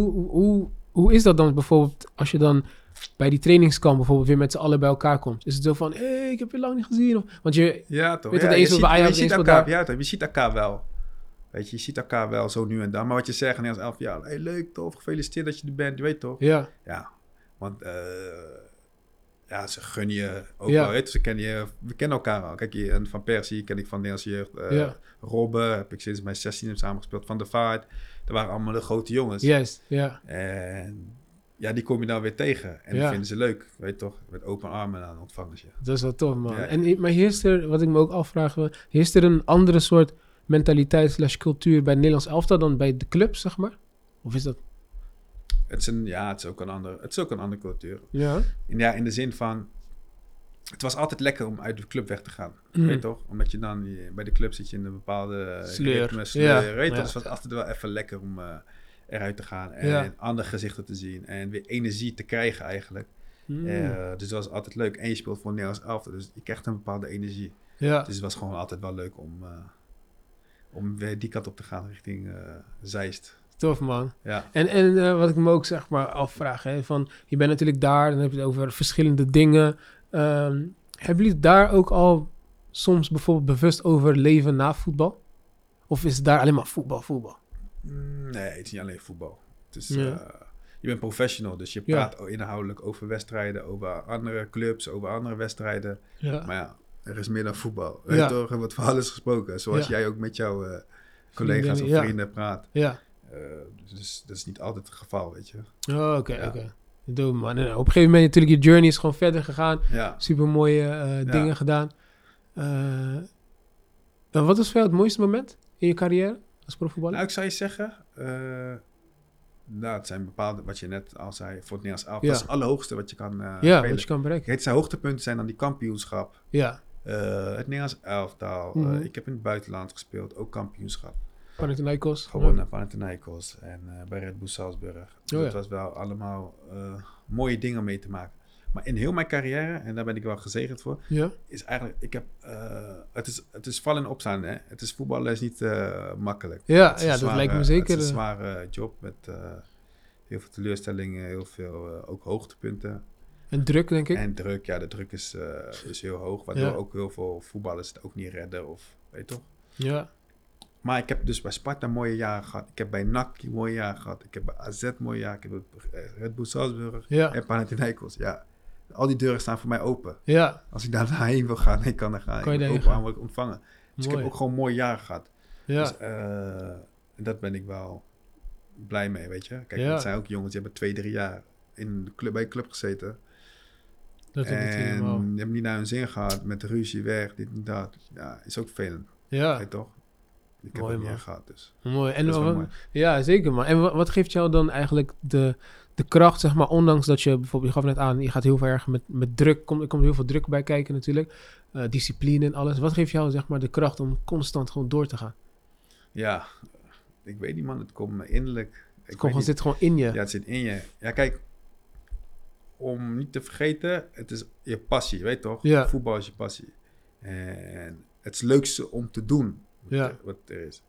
hoe is dat dan bijvoorbeeld als je dan bij die trainingskamp bijvoorbeeld weer met z'n allen bij elkaar komt? Is het zo van, hé, ik heb je lang niet gezien? Want je Ja, toch. weet Ja, het je eens wel bij Ajax, ziet eens wel elkaar, daar. ja, toch, je ziet elkaar wel. Weet je ziet elkaar wel zo nu en dan. Maar wat je zegt, als 11 jaar, hey, leuk, tof, gefeliciteerd dat je er bent, je weet toch? Ja. Ja, want ze gun je ook wel, weet je, we kennen elkaar al. Kijk, en Van Persie ken ik van de Nederlandse jeugd. Robben heb ik sinds mijn 16 samengespeeld. Van de Vaart, dat waren allemaal de grote jongens. Juist, ja. En ja, die kom je dan weer tegen. En die vinden ze leuk, weet je toch? Met open armen aan ontvangen ze. Dat is wel tof, man. Ja. Maar heerst er, wat ik me ook afvraag, heerst er een andere soort mentaliteit / cultuur bij het Nederlands elftal dan bij de club, zeg maar? Of is dat... Het is ook een andere cultuur. Ja. In de zin van, het was altijd lekker om uit de club weg te gaan. Weet je toch? Omdat je dan bij de club zit je in een bepaalde sleur. Weet je, dus het was altijd wel even lekker om eruit te gaan en andere gezichten te zien en weer energie te krijgen eigenlijk. Dus dat was altijd leuk. En je speelt voor Nederlands elftal, dus je krijgt een bepaalde energie. Ja. Dus het was gewoon altijd wel leuk om weer die kant op te gaan richting Zeist. Tof, man. Ja. En wat ik me ook zeg maar afvraag, hè, van je bent natuurlijk daar, dan heb je het over verschillende dingen. Hebben jullie daar ook al soms bijvoorbeeld bewust over leven na voetbal? Of is het daar alleen maar voetbal? Nee, het is niet alleen voetbal. Het is, je bent professional, dus je praat inhoudelijk over wedstrijden, over andere clubs, over andere wedstrijden. Ja. Maar ja, er is meer dan voetbal. Weet je toch, er wordt voor alles gesproken. Zoals jij ook met jouw collega's of vrienden praat. Ja. Dus dat is niet altijd het geval, weet je. Oh, oké. Doe man. En op een gegeven moment natuurlijk je journey is gewoon verder gegaan. Ja. Super mooie dingen gedaan. Wat was voor jou het mooiste moment in je carrière als profvoetballer? Nou, ik zou je zeggen, het zijn bepaalde, wat je net al zei, voor het Nederlands elftal. Dat is het allerhoogste wat je kan spelen. Wat je kan bereiken. Het zijn hoogtepunten zijn dan die kampioenschap. Ja. Het Nederlands elftal. Ik heb in het buitenland gespeeld, ook kampioenschap. Panathinaikos. Gewonnen Panathinaikos en bij Red Bull Salzburg. Dus het was wel allemaal mooie dingen mee te maken. Maar in heel mijn carrière, en daar ben ik wel gezegend voor, is eigenlijk, het is vallen en opstaan. Hè? Het is voetballen is niet makkelijk. Dat lijkt me zeker. Het is een zware job met heel veel teleurstellingen, heel veel ook hoogtepunten. En druk, denk ik. En druk, de druk is heel hoog, waardoor ook heel veel voetballers het ook niet redden of weet je toch? Ja. Maar ik heb dus bij Sparta mooie jaren gehad. Ik heb bij NAC mooie jaren gehad. Ik heb bij AZ mooie jaren. Ik heb bij Red Bull Salzburg en Panathinaikos. Ja, al die deuren staan voor mij open. Ja. Als ik daar heen wil gaan, ik kan er gaan. Ik open aan word ontvangen. Dus ik heb ook gewoon mooie jaren gehad. Ja. Dus dat ben ik wel blij mee, weet je. Kijk, het zijn ook jongens die hebben 2-3 jaar bij een club gezeten. Dat en die hebben niet naar hun zin gehad. Met de ruzie weg, dit en dat. Ja, is ook vervelend. Ja. Weet je toch? Ik heb het niet gehad, dus. Mooi. En mooi. Ja, zeker, man. En wat geeft jou dan eigenlijk de kracht, zeg maar, ondanks dat je bijvoorbeeld, je gaf net aan, je gaat heel veel erg met druk, er komt heel veel druk bij kijken natuurlijk, discipline en alles. Wat geeft jou, zeg maar, de kracht om constant gewoon door te gaan? Ja, ik weet niet, man. Het komt me innerlijk. Het zit gewoon in je. Ja, het zit in je. Ja, kijk, om niet te vergeten, het is je passie, weet je toch? Ja. Voetbal is je passie. En het is het leukste om te doen. Wat er is.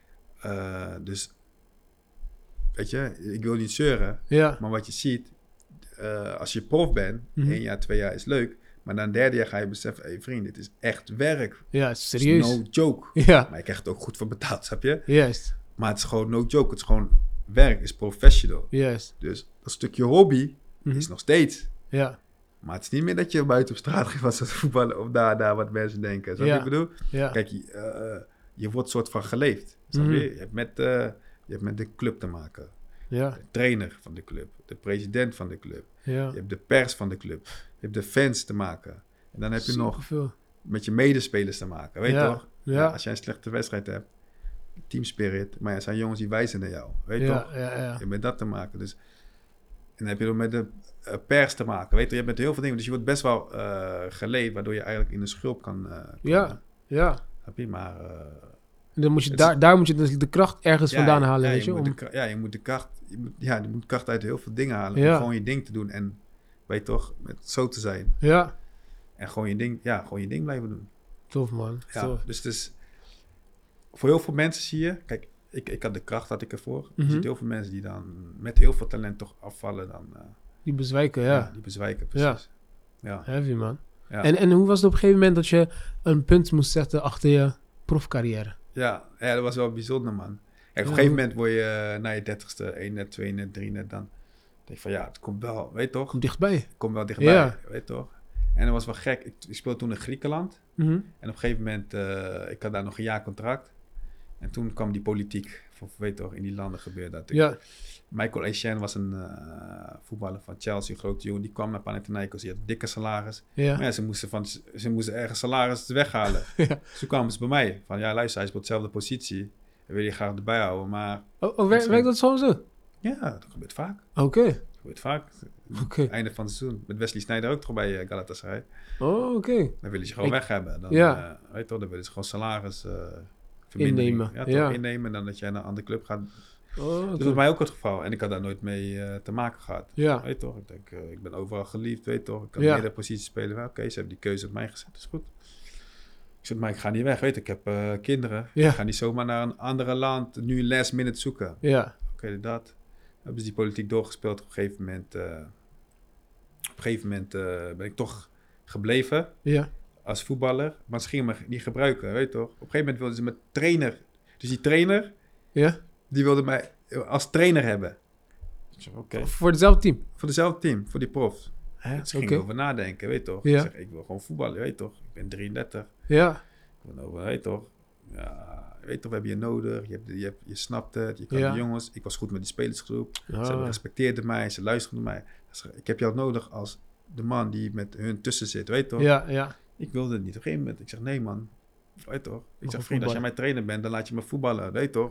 Dus, weet je, ik wil niet zeuren, maar wat je ziet, als je prof bent, 1 jaar, 2 jaar is leuk, maar na een 3e jaar ga je beseffen, hey vriend, dit is echt werk. Ja, serieus. Het is no joke. Ja. Maar je krijgt er ook goed voor betaald, snap je? Juist. Maar het is gewoon no joke, het is gewoon werk, is professional. Juist. Dus dat stukje hobby is nog steeds. Ja. Maar het is niet meer dat je buiten op straat gaat als voetballen of daar wat mensen denken. Snap je wat ik bedoel? Ja. Kijk, je wordt soort van geleefd. Snap je? Je hebt met de club te maken. Ja. De trainer van de club. De president van de club. Ja. Je hebt de pers van de club. Je hebt de fans te maken. En dan heb je nog met je medespelers te maken. Weet je toch? Ja. Als jij een slechte wedstrijd hebt. Team spirit. Maar er zijn jongens die wijzen naar jou. Weet je toch? Ja. Je hebt met dat te maken. Dus, en dan heb je ook met de pers te maken. Weet je, je hebt met heel veel dingen. Dus je wordt best wel geleefd. Waardoor je eigenlijk in de schulp kan komen. Ja. Heb je maar... dan moet je daar moet je dus de kracht ergens vandaan halen, weet je? Je moet de kracht... Je moet kracht uit heel veel dingen halen. Om gewoon je ding te doen. En weet je toch, met zo te zijn. Ja. En gewoon je ding blijven doen. Tof, man. Ja, tof. Dus het is... Voor heel veel mensen zie je... Kijk, ik had de kracht had ik ervoor. Je ziet heel veel mensen die dan met heel veel talent toch afvallen. Die bezwijken, ja. Die bezwijken, precies. Ja. Heavy, man. Ja. En hoe was het op een gegeven moment dat je een punt moest zetten achter je profcarrière? Ja, dat was wel bijzonder, man. Kijk, op een gegeven moment word je na je 30ste, 1 net, 2 net, 3 net, dan denk je van het komt wel, weet je toch? Komt dichtbij. Het komt wel dichtbij, weet je toch? En dat was wel gek. Ik speelde toen in Griekenland. En op een gegeven moment, ik had daar nog een jaar contract. En toen kwam die politiek, weet je toch, in die landen gebeurde dat. Ja. Michael Essien was een voetballer van Chelsea, een grote jongen. Die kwam naar Panathinaikos, die had een dikke salaris. Ja. Maar ze moesten ergens salaris weghalen. Ja. Dus toen kwamen ze bij mij van, luister, hij speelt dezelfde positie. We willen je graag erbij houden, maar... Werkt dat zo? Ja, dat gebeurt vaak. Oké. Dat gebeurt vaak. Einde van het seizoen. Met Wesley Sneijder ook toch bij Galatasaray. Oké. Dan willen ze gewoon weg hebben. Dan, weet je toch, dan willen ze gewoon salaris innemen. Ja, innemen dan dat jij naar een andere club gaat. Dat was mij ook het geval. En ik had daar nooit mee te maken gehad. Ja. Weet je toch? Ik denk, ik ben overal geliefd, weet je toch? Ik kan meerdere posities spelen. Oké, ze hebben die keuze op mij gezet, dat is goed. Ik zeg, maar ik ga niet weg, weet je. Ik heb kinderen. Ik ga niet zomaar naar een andere land nu last minute zoeken. Ja. Oké, dat. Hebben ze die politiek doorgespeeld. Op een gegeven moment ben ik toch gebleven. Ja. Als voetballer. Maar ze gingen me niet gebruiken, weet je toch? Op een gegeven moment wilden ze me trainer. Dus die trainer, die wilde mij als trainer hebben. Ik zeg, oké. Voor hetzelfde team? Voor hetzelfde team, voor die profs. Dus ging over nadenken, weet je toch? Ja. Ik zeg, ik wil gewoon voetballen, weet je toch? Ik ben 33. Ja. Ik wil over, weet je toch? Ja, weet je toch, we hebben je nodig. Je snapt het, je kan de jongens. Ik was goed met die spelersgroep. Ze respecteerden mij, ze luisterden naar mij. Ik heb jou nodig als de man die met hun tussen zit, weet je toch? Ja. Ik wilde het niet. Op een gegeven moment, ik zeg, nee man, weet je toch? Ik zeg, vriend, als jij mijn trainer bent, dan laat je me voetballen, weet je toch?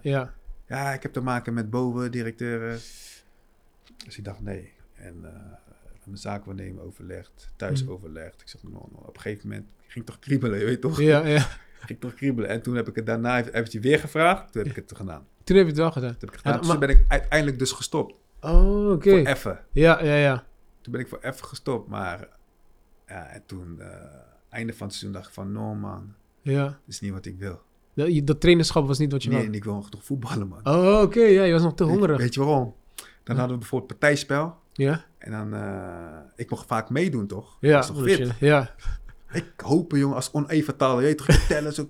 Ja, ik heb te maken met directeuren. Dus ik dacht, nee. En mijn zaakwaarnemer overlegd, thuis overlegd. Ik zeg, op een gegeven moment ging het toch kriebelen, weet je toch? Ja. Ging toch kriebelen. En toen heb ik het daarna eventjes weer gevraagd. Toen heb ik het gedaan. Toen heb je het wel gedaan? Toen heb ik het gedaan. Toen ben ik uiteindelijk dus gestopt. Oh, oké. Voor even. Ja. Toen ben ik voor even gestopt. Maar en toen, einde van het seizoen, dacht ik van, no man. Ja. Dat is niet wat ik wil. Dat trainerschap was niet wat je wou? Nee, ik wil toch voetballen, man. Oh, oké. Ja, je was nog te hongerig. Weet je waarom? Dan hadden we bijvoorbeeld partijspel. Ja. En dan, ik mocht vaak meedoen, toch? Ja. Dat is toch fit? Ja. Ik hoop, jongen, als oneven taal, je weet toch, je tellen zo.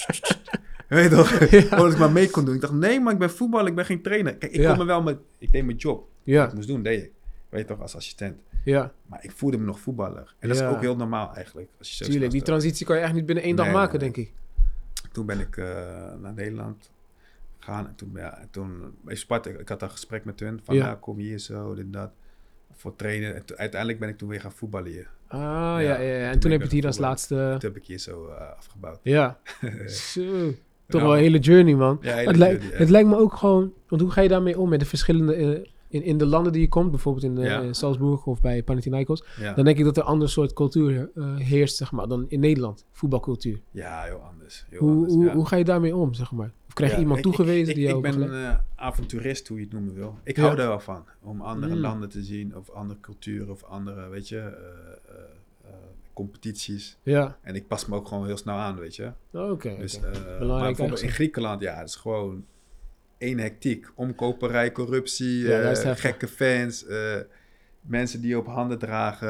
Weet je toch? Als ik maar mee kon doen. Ik dacht, nee, maar ik ben voetballer, ik ben geen trainer. Kijk, ik kon me wel ik deed mijn job. Wat ik moest doen, deed ik. Weet je toch, als assistent. Ja. Maar ik voelde me nog voetballer. En dat is ook heel normaal eigenlijk. Als je tuurlijk, die transitie kan je echt niet binnen 1 dag maken, denk ik. Toen ben ik naar Nederland gegaan. En toen bij Sparta, ik had een gesprek met hun. Van, kom hier zo, dit, dat. Voor trainen. En uiteindelijk ben ik toen weer gaan voetballen hier. Ja. En toen heb je het hier als laatste... Toen heb ik hier zo afgebouwd. Ja. Zo. Toch wel een hele journey, man. Ja, het lijkt me ook gewoon... Want hoe ga je daarmee om met de verschillende... In de landen die je komt, bijvoorbeeld in Salzburg of bij Panathinaikos... Dan denk ik dat er een ander soort cultuur heerst, zeg maar, dan in Nederland. Voetbalcultuur. Ja, heel anders. Hoe ga je daarmee om, zeg maar? Of krijg je iemand toegewezen die jou... Ik ben een avonturist, hoe je het noemen wil. Ik hou daar wel van. Om andere landen te zien, of andere culturen, of andere, weet je... competities. Ja. En ik pas me ook gewoon heel snel aan, weet je. Oké. Dus, maar bijvoorbeeld in Griekenland, het is gewoon één hectiek. Omkoperij, corruptie, gekke fans, mensen die op handen dragen.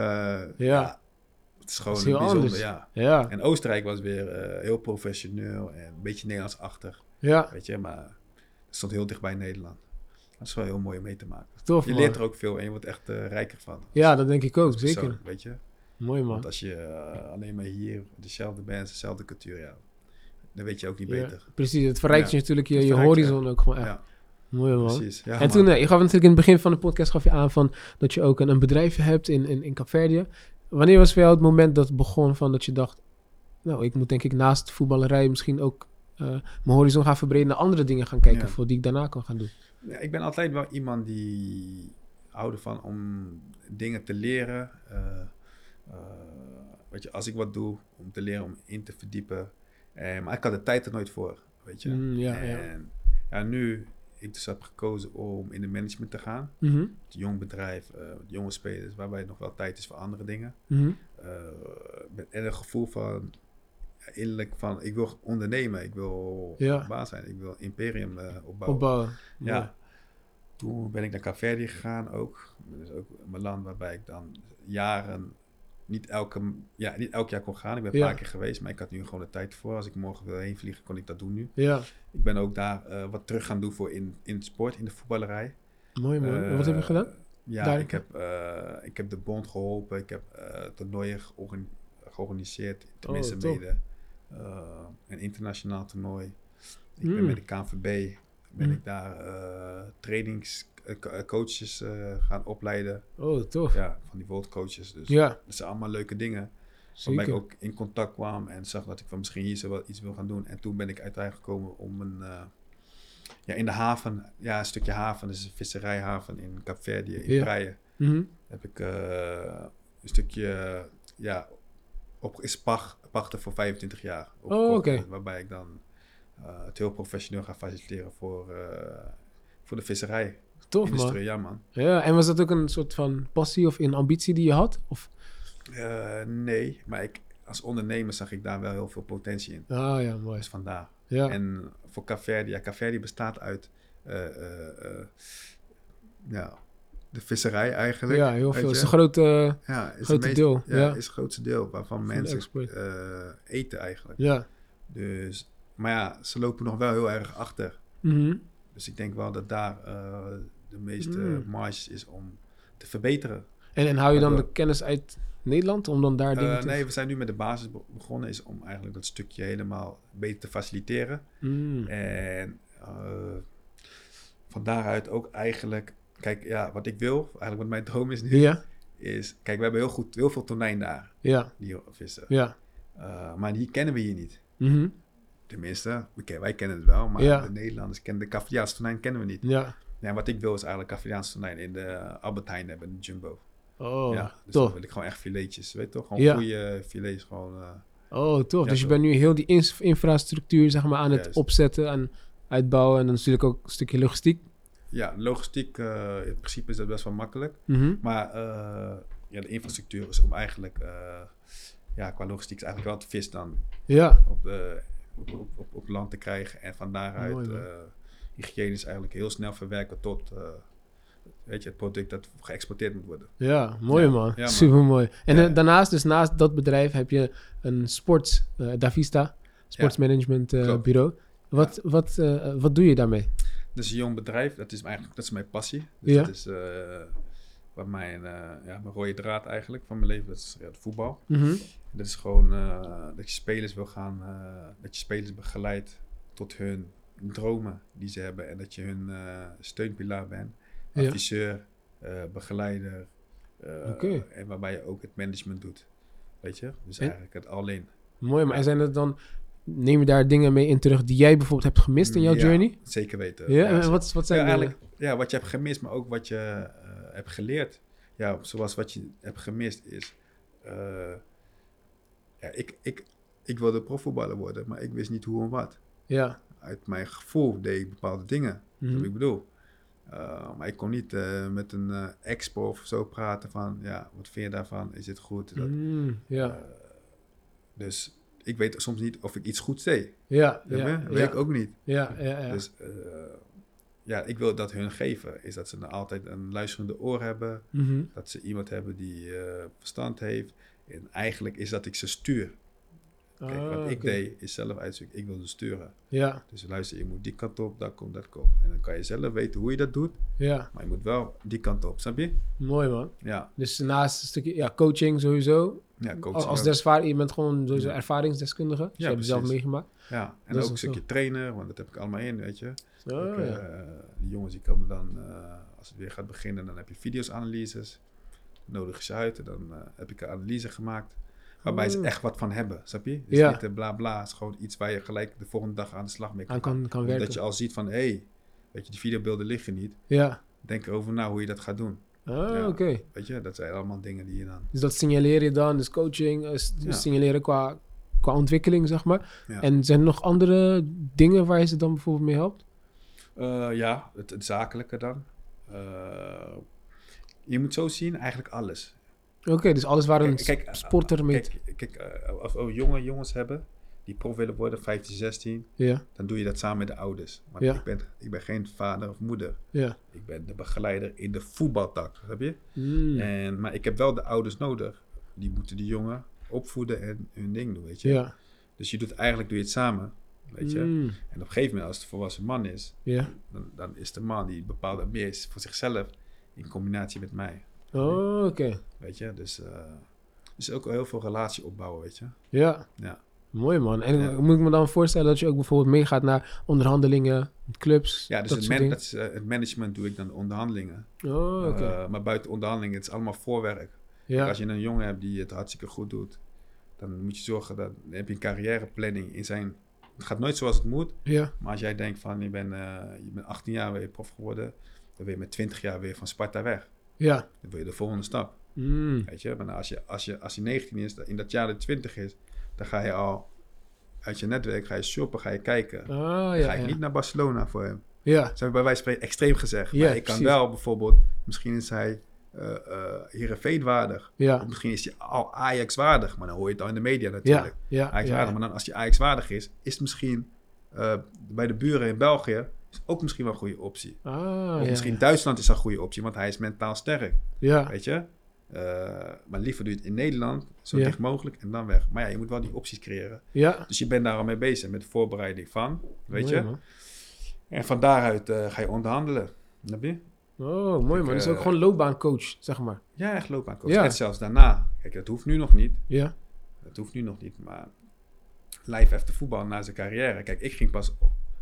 Het is gewoon bijzonder, ja. En Oostenrijk was weer heel professioneel en een beetje Nederlandsachtig. Ja. Weet je, maar het stond heel dicht bij Nederland. Dat is wel heel mooi om mee te maken. Tof, je leert er ook veel en je wordt echt rijker van. Ja, dat denk ik ook, zeker. Weet je. Mooi, man. Want als je alleen maar hier dezelfde bands, dezelfde cultuur, dan weet je ook niet beter. Precies, het verrijkt je natuurlijk je horizon ook gewoon echt. Ja. Mooi, man. Precies. Ja, en toen, je gaf natuurlijk in het begin van de podcast gaf je aan van dat je ook een bedrijf hebt in Kaapverdië. Wanneer was voor jou het moment dat het begon van dat je dacht, nou, ik moet denk ik naast voetballerij misschien ook mijn horizon gaan verbreden naar andere dingen gaan kijken voor die ik daarna kan gaan doen? Ja, ik ben altijd wel iemand die houdt van om dingen te leren. Weet je, als ik wat doe, om te leren, om in te verdiepen. Maar ik had de tijd er nooit voor, weet je. Nu ik dus heb gekozen om in de management te gaan. Het jong bedrijf, jonge spelers, waarbij nog wel tijd is voor andere dingen. Met een gevoel van, innerlijk van, ik wil ondernemen, ik wil baas zijn, ik wil imperium opbouwen. Ja. Toen ben ik naar Kaapverdië gegaan ook. Dat is ook mijn land waarbij ik dan jaren niet elk jaar kon gaan. Ik ben een paar keer geweest, maar ik had nu gewoon de tijd voor. Als ik morgen wil heen vliegen, kon ik dat doen nu. Ja. Ik ben ook daar wat terug gaan doen voor in het sport, in de voetballerij. Mooi. En wat heb je gedaan? Ja, ik heb de bond geholpen. Ik heb toernooien georganiseerd. Tenminste mede een internationaal toernooi. Ik ben met de KNVB ben ik daar coaches gaan opleiden. Oh, tof. Ja, van die coaches. Dus dat zijn allemaal leuke dingen. Waarbij ik ook in contact kwam en zag dat ik van misschien hier zo wel iets wil gaan doen. En toen ben ik uiteindelijk gekomen om in de haven, een stukje haven, dus een visserijhaven in Kaapverdië, in Praia. Heb ik een stukje, pachten voor 25 jaar. Waarbij ik dan het heel professioneel ga faciliteren voor de visserij. Tof, man. Ja, man. Ja, en was dat ook een soort van passie of een ambitie die je had? Of? Nee, maar als ondernemer zag ik daar wel heel veel potentie in. Ah ja, mooi. Dus vandaar. Ja. En voor Kaapverdië, Kaapverdië bestaat uit de visserij eigenlijk. Ja, heel veel. Het is een grote deel. Ja, is het grootste deel waarvan mensen eten eigenlijk. Ja. Dus, maar ja, ze lopen nog wel heel erg achter. Mm-hmm. Dus ik denk wel dat daar de meeste marge is om te verbeteren. En hou je dan de kennis uit Nederland om dan daar dingen te... Nee, we zijn nu met de basis begonnen, is om eigenlijk dat stukje helemaal beter te faciliteren. En van daaruit ook eigenlijk, kijk, ja, wat ik wil, eigenlijk wat mijn droom is nu, is, kijk, we hebben heel veel tonijn daar, die vissen. Ja. Maar die kennen we hier niet. Mm-hmm. Tenminste, wij kennen het wel, maar de Nederlanders kennen de Cavaliaanse tonijn kennen we niet. Ja. En wat ik wil is eigenlijk Cavaliaanse tonijn in de Albert Heijn hebben, de Jumbo. Oh, ja, dus tof. dan wil ik gewoon echt filetjes, weet je toch? Gewoon goede filets, gewoon... tof. Ja, dus je bent nu heel die infrastructuur, zeg maar, aan het opzetten en uitbouwen. En dan natuurlijk ook een stukje logistiek. Ja, logistiek, in principe is dat best wel makkelijk. Mm-hmm. Maar de infrastructuur is om eigenlijk... qua logistiek is eigenlijk wel de vis dan op land te krijgen. En van daaruit hygiënisch eigenlijk heel snel verwerken tot... het product dat geëxporteerd moet worden. Ja, mooi man. Ja, super mooi. En daarnaast, dus naast dat bedrijf, heb je een Davista, sportsmanagement bureau. Wat doe je daarmee? Dat is een jong bedrijf. Dat is mijn passie. Dus dat is mijn rode draad eigenlijk van mijn leven. Dat is het voetbal. Mm-hmm. Dat is gewoon dat je spelers wil gaan, dat je spelers begeleidt tot hun dromen die ze hebben en dat je hun steunpilaar bent. Adviseur, begeleider en waarbij je ook het management doet, weet je? Dus eigenlijk het all-in. Mooi, maar zijn het dan, neem je daar dingen mee in terug die jij bijvoorbeeld hebt gemist in jouw journey? Zeker weten. Ja, en wat zijn eigenlijk wat je hebt gemist, maar ook wat je hebt geleerd. Ja, zoals wat je hebt gemist is, ik wilde profvoetballer worden, maar ik wist niet hoe en wat. Ja. Uit mijn gevoel deed ik bepaalde dingen, Mm-hmm. dat ik bedoel. Maar ik kon niet met een expo of zo praten van, wat vind je daarvan? Is het goed? Dus ik weet soms niet of ik iets goed deed. Dat weet ik ook niet. Dus ik wil dat hun geven, is dat ze dan altijd een luisterende oor hebben. Mm-hmm. Dat ze iemand hebben die verstand heeft. En eigenlijk is dat ik ze stuur. Kijk, wat ik deed is zelf uitzoeken. Ik wilde sturen. Ja. Dus luister, je moet die kant op, dat komt. En dan kan je zelf weten hoe je dat doet. Ja. Maar je moet wel die kant op, snap je? Mooi man. Ja. Dus naast een stukje coaching sowieso. Ja, coaching. Als je bent gewoon sowieso ervaringsdeskundige. Dus je hebt het zelf meegemaakt. Ja, en ook een stukje trainer, want dat heb ik allemaal in, weet je. Die jongens die komen dan, als het weer gaat beginnen, dan heb je video's-analyses. Nodig ze uit en dan heb ik een analyse gemaakt. Waarbij ze echt wat van hebben, snap je? Dus niet bla bla, het is gewoon iets waar je gelijk de volgende dag aan de slag mee kan werken. Dat je al ziet van, weet je, die videobeelden liggen niet. Ja. Denk erover na hoe je dat gaat doen. Oké. Weet je, dat zijn allemaal dingen die je dan... Dus dat signaleer je dan, dus coaching, signaleren qua ontwikkeling, zeg maar. Ja. En zijn er nog andere dingen waar je ze dan bijvoorbeeld mee helpt? Het zakelijke dan. Je moet zo zien, eigenlijk alles. Oké, dus alles waar een sporter mee... Als we jonge jongens hebben die prof willen worden, 15, 16, dan doe je dat samen met de ouders. Want ik ben geen vader of moeder. Ja. Ik ben de begeleider in de voetbaltak, heb je? Maar ik heb wel de ouders nodig die moeten die jongen opvoeden en hun ding doen, weet je. Ja. Dus doe je het samen, weet je. En op een gegeven moment, als het een volwassen man is, dan is de man die bepaalt dat meer is voor zichzelf in combinatie met mij. Oh, oké. Weet je, dus ook heel veel relatie opbouwen, weet je. Ja. Mooi, man. En moet ik me dan voorstellen dat je ook bijvoorbeeld meegaat naar onderhandelingen met clubs? Ja, dus het management doe ik dan onderhandelingen. Oh, oké. Maar buiten onderhandelingen, het is allemaal voorwerk. Ja. Als je een jongen hebt die het hartstikke goed doet, dan moet je zorgen dat dan heb je een carrièreplanning in zijn. Het gaat nooit zoals het moet. Ja. Maar als jij denkt van je bent 18 jaar weer prof geworden, dan wil je met 20 jaar weer van Sparta weg. Ja. Dan wil je de volgende stap. Weet je, maar als je 19 is, in dat jaar dat 20 is, dan ga je al uit je netwerk, ga je shoppen, ga je kijken. Dan ga je niet naar Barcelona voor hem. Ja. Dat zijn bij wijze van spreken extreem gezegd. Ja, maar ik kan wel bijvoorbeeld, misschien is hij Heerenveen waardig. Ja. Of misschien is hij al Ajax waardig. Maar dan hoor je het al in de media natuurlijk. Ajax waardig. Maar dan als hij Ajax waardig is het misschien bij de buren in België is ook misschien wel een goede optie. Of misschien Duitsland is een goede optie, want hij is mentaal sterk. Ja. Weet je? Maar liever doe je het in Nederland, zo dicht mogelijk en dan weg. Maar ja, je moet wel die opties creëren. Ja. Dus je bent daar al mee bezig met de voorbereiding van, weet mooi, je? Man. En van daaruit ga je onderhandelen. Snap je? Oh, mooi man. Dus ook gewoon loopbaancoach, zeg maar. Ja, echt loopbaancoach. En zelfs daarna. Kijk, dat hoeft nu nog niet. Ja. Dat hoeft nu nog niet, maar live after voetbal na zijn carrière. Kijk, ik ging pas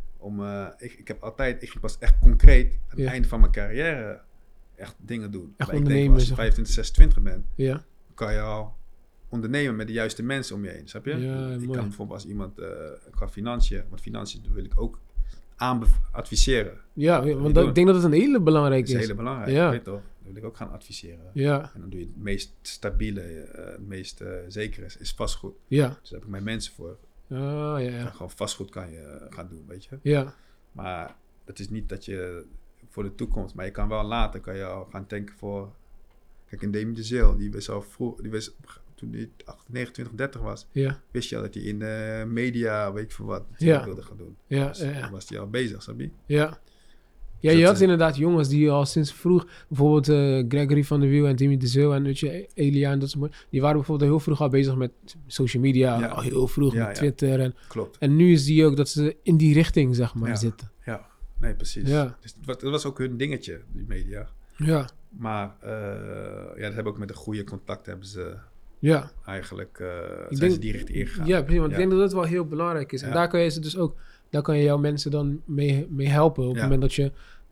ik ging pas echt concreet aan het einde van mijn carrière echt dingen doen. Echt maar ik denk, als je 25, 26 bent, kan je al ondernemen met de juiste mensen om je heen, snap je? Ja, ik mooi. kan bijvoorbeeld als iemand qua financiën, want financiën wil ik ook adviseren. Ja, want ik denk dat het een hele belangrijke is. Dat is heel belangrijk, weet je toch? Dat wil ik ook gaan adviseren. Ja. En dan doe je het meest stabiele, het meest zekere is vastgoed. Ja. Dus daar heb ik mijn mensen voor. Gewoon vastgoed kan je gaan doen, weet je. Ja. Maar het is niet dat je voor de toekomst, maar je kan wel later kan je al gaan denken voor. Kijk, een Demi de Zeel, die wist al vroeg, toen hij 29, 30 was, wist je al dat hij in de media, weet ik veel wat, wilde gaan doen. Ja, dus dan was hij al bezig, snap je? Ja. Ja, je had inderdaad jongens die al sinds vroeg, bijvoorbeeld Gregory van der Wiel en Demi de Zeel en weet je, Elia en dat soort, die waren bijvoorbeeld heel vroeg al bezig met social media, al heel vroeg met Twitter. En, klopt. En nu is die ook dat ze in die richting, zeg maar, zitten. Ja, nee, precies. Ja. Dus dat was ook hun dingetje, die media. Ja. Maar dat hebben ook met een goede contact hebben ze eigenlijk ze die richting ingegaan. Ja, precies, want ik denk dat dat wel heel belangrijk is. En daar kan je ze dus ook, daar kan je jouw mensen dan mee helpen. Op het moment dat je,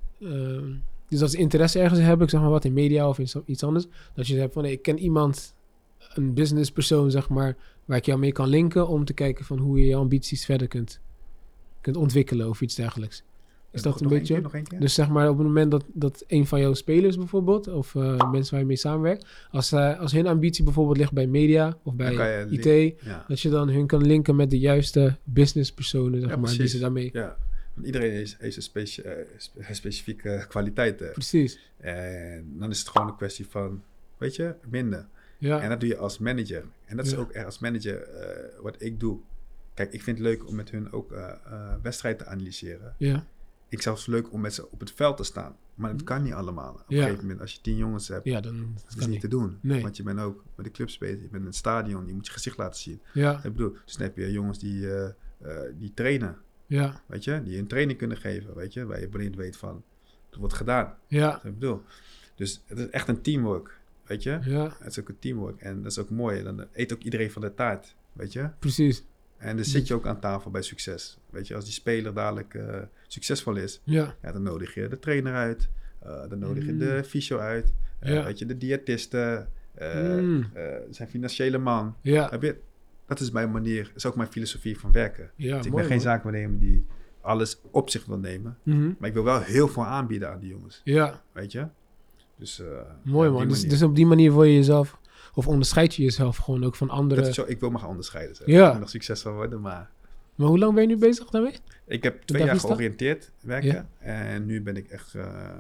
dus als ze interesse ergens hebben, ik zeg maar wat in media of in iets anders, dat je hebt van, ik ken iemand, een businesspersoon, zeg maar, waar ik jou mee kan linken om te kijken van hoe je je ambities verder kunt ontwikkelen of iets dergelijks. Is dat een beetje? Nog een keer? Dus zeg maar op het moment dat een van jouw spelers bijvoorbeeld, of mensen waar je mee samenwerkt, als hun ambitie bijvoorbeeld ligt bij media of bij IT, dat je dan hun kan linken met de juiste businesspersonen, zeg maar, die ze daarmee... Ja, want iedereen heeft een specifieke kwaliteiten. Precies. En dan is het gewoon een kwestie van, weet je, minder. Ja. En dat doe je als manager. En dat is ook als manager wat ik doe. Kijk, ik vind het leuk om met hun ook wedstrijden te analyseren. Ja. Ik zou het leuk om met ze op het veld te staan. Maar dat kan niet allemaal. Op een gegeven moment, als je 10 jongens hebt, dan is het niet te doen. Nee. Want je bent ook met de clubs bezig. Je bent in het stadion, je moet je gezicht laten zien. Ja. Ik bedoel, dus dan heb je jongens die trainen. Ja. Weet je, die een training kunnen geven. Weet je, waar je blind weet van, het wordt gedaan. Ja. Ik bedoel. Dus het is echt een teamwork. Weet je? Ja. Het is ook een teamwork. En dat is ook mooi. Dan eet ook iedereen van de taart. Weet je? Precies. En dan zit je ook aan tafel bij succes. Weet je, als die speler dadelijk succesful is, dan nodig je de trainer uit. Dan nodig je de fysio uit. Weet je, de diëtisten. Zijn financiële man. Dat is mijn manier, is ook mijn filosofie van werken. Ja, dus ik mooi, ben geen zaakwaarnemer die alles op zich wil nemen. Maar ik wil wel heel veel aanbieden aan die jongens. Ja. Weet je? Dus, mooi man, dus op die manier wil je jezelf... Of onderscheid je jezelf gewoon ook van anderen? Ik wil me gaan onderscheiden. Zeg. Ja. Ik wil nog succesvol worden, maar hoe lang ben je nu bezig daarmee? Ik heb 2 jaar georiënteerd werken. Ja. En nu ben ik echt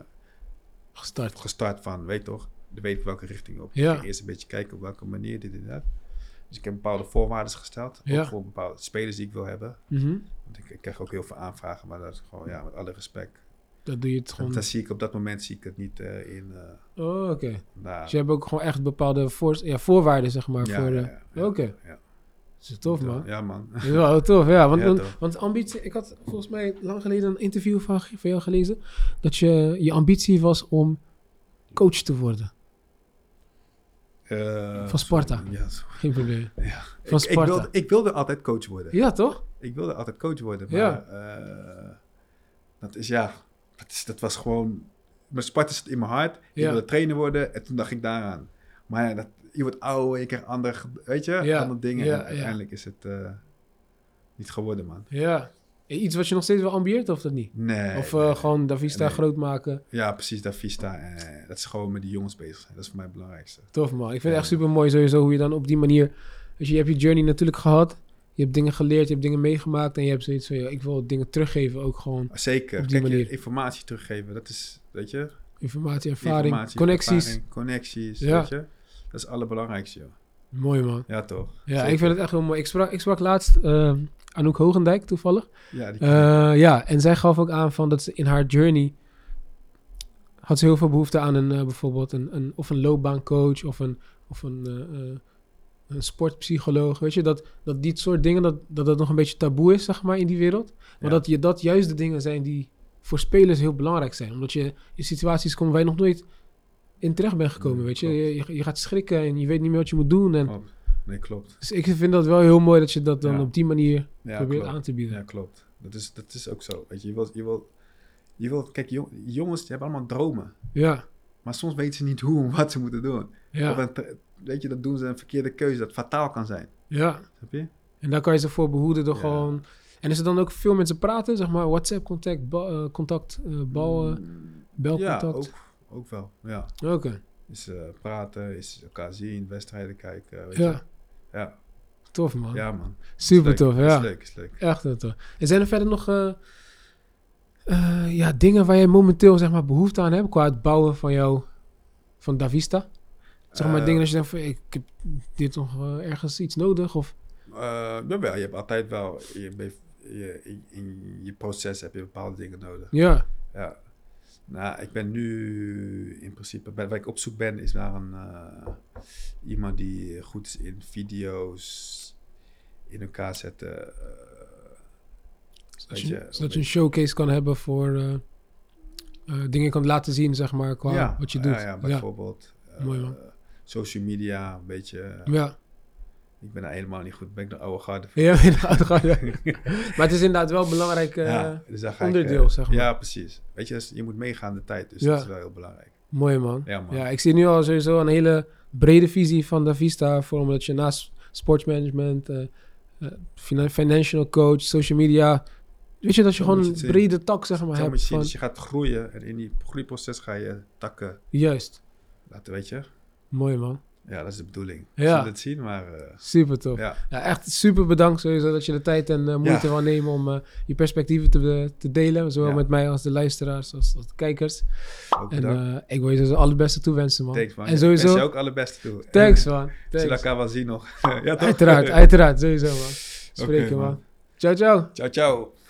gestart van, weet toch, dan weet ik welke richting op. Ik ga eerst een beetje kijken op welke manier dit en dat. Dus ik heb bepaalde voorwaarden gesteld. Ook voor bepaalde spelers die ik wil hebben. Want ik krijg ook heel veel aanvragen, maar dat is gewoon, met alle respect. Dat doe je het gewoon... Dan zie ik op dat moment het niet in... Oké. Dus je hebt ook gewoon echt bepaalde voorwaarden, zeg maar. Oké. Ja. Dat is tof, man. Ja, man. Dat is wel tof, ja. tof. Want ambitie... Ik had volgens mij lang geleden een interview van jou gelezen. Dat je ambitie was om coach te worden. Van Sparta. Ja, geen probleem. Ja. Van Sparta. Ik wilde altijd coach worden. Ja, toch? Ik wilde altijd coach worden. Maar dat was gewoon... Mijn Sparta zit in mijn hart. Ik wilde trainer worden. En toen dacht ik daaraan. Maar ja, je wordt ouder, je krijgt andere, andere dingen. En uiteindelijk is het niet geworden, man. Ja. Iets wat je nog steeds wel ambieert, of dat niet? Nee. Of gewoon Davista groot maken? Ja, precies, Davista. Dat is gewoon met die jongens bezig zijn. Dat is voor mij het belangrijkste. Tof, man. Ik vind het echt super mooi sowieso hoe je dan op die manier... Dus je hebt je journey natuurlijk gehad. Je hebt dingen geleerd, je hebt dingen meegemaakt. En je hebt zoiets van, ik wil dingen teruggeven ook gewoon. Zeker. Op die manier. Informatie teruggeven, dat is, weet je... Informatie, ervaring, connecties. Connecties, weet je. Dat is het allerbelangrijkste, joh. Mooi, man. Ja, toch? Ja, zeker. Ik vind het echt heel mooi. Ik sprak laatst Anouk Hogendijk toevallig. Ja, en zij gaf ook aan van dat ze in haar journey... had ze heel veel behoefte aan bijvoorbeeld een loopbaancoach of een sportpsycholoog. Weet je, dat die soort dingen, dat nog een beetje taboe is, zeg maar, in die wereld. Maar dat juist de dingen zijn die voor spelers heel belangrijk zijn. Omdat je in situaties komt waar je nog nooit in terecht bent gekomen, weet je. Je gaat schrikken en je weet niet meer wat je moet doen. En klopt. Nee, klopt. Dus ik vind dat wel heel mooi dat je dat dan op die manier probeert aan te bieden. Ja, klopt. Dat is ook zo. Weet je, je wilt kijk, jongens die hebben allemaal dromen. Ja. Maar soms weten ze niet hoe en wat ze moeten doen. Ja. Weet je, dat doen ze een verkeerde keuze dat fataal kan zijn. Ja. Snap je? En daar kan je ze voor behoeden door gewoon... En is er dan ook veel met ze praten, zeg maar, WhatsApp-contact, belcontact? Ja, ook wel, ja. Oké. Is praten, is elkaar zien, wedstrijden kijken, weet je. Ja. Tof, man. Ja, man. Super tof, ja. Is leuk. Echt heel tof. En zijn er verder nog dingen waar je momenteel, zeg maar, behoefte aan hebt qua het bouwen van Davista? Zeg maar dingen dat je denkt van, ik heb dit nog ergens iets nodig, of... Jawel, je hebt altijd wel... In je proces heb je bepaalde dingen nodig. Ja. Ja. Nou, ik ben nu in principe... Waar ik op zoek ben, is naar iemand die goed is in video's in elkaar zetten. Zodat je een showcase kan hebben voor... dingen kan laten zien, zeg maar, qua wat je doet. Ja, bijvoorbeeld. Mooi, man. Social media, een beetje... Ja. Ik ben daar helemaal niet goed. Ben ik de oude garde. Ja, de oude garde. Maar het is inderdaad wel een belangrijk dus onderdeel, zeg maar. Ja, precies. Weet je, je moet meegaan de tijd. Dus dat is wel heel belangrijk. Mooi, man. Ja, man. Ja, ik zie nu al sowieso een hele brede visie van Davista. Voor omdat je naast sportsmanagement, financial coach, social media... Weet je, dat je gewoon een brede tak, zeg maar, hebt. Dus je gaat groeien en in die groeiproces ga je takken... Juist. Laten, weet je. Mooi, man. Ja, dat is de bedoeling. Ja. Je zult het zien, maar... super tof. Ja, echt super bedankt sowieso dat je de tijd en moeite wil nemen om je perspectieven te delen. Zowel met mij als de luisteraars, als de kijkers. Ook bedankt. Ik wil je dus alle beste toewensen, man. Thanks, man. En sowieso... Ik wens je ook alle beste toe. Thanks, man. We zullen elkaar wel zien nog. Ja, toch? Uiteraard. Sowieso, man. Spreken, man. Ciao, ciao. Ciao, ciao.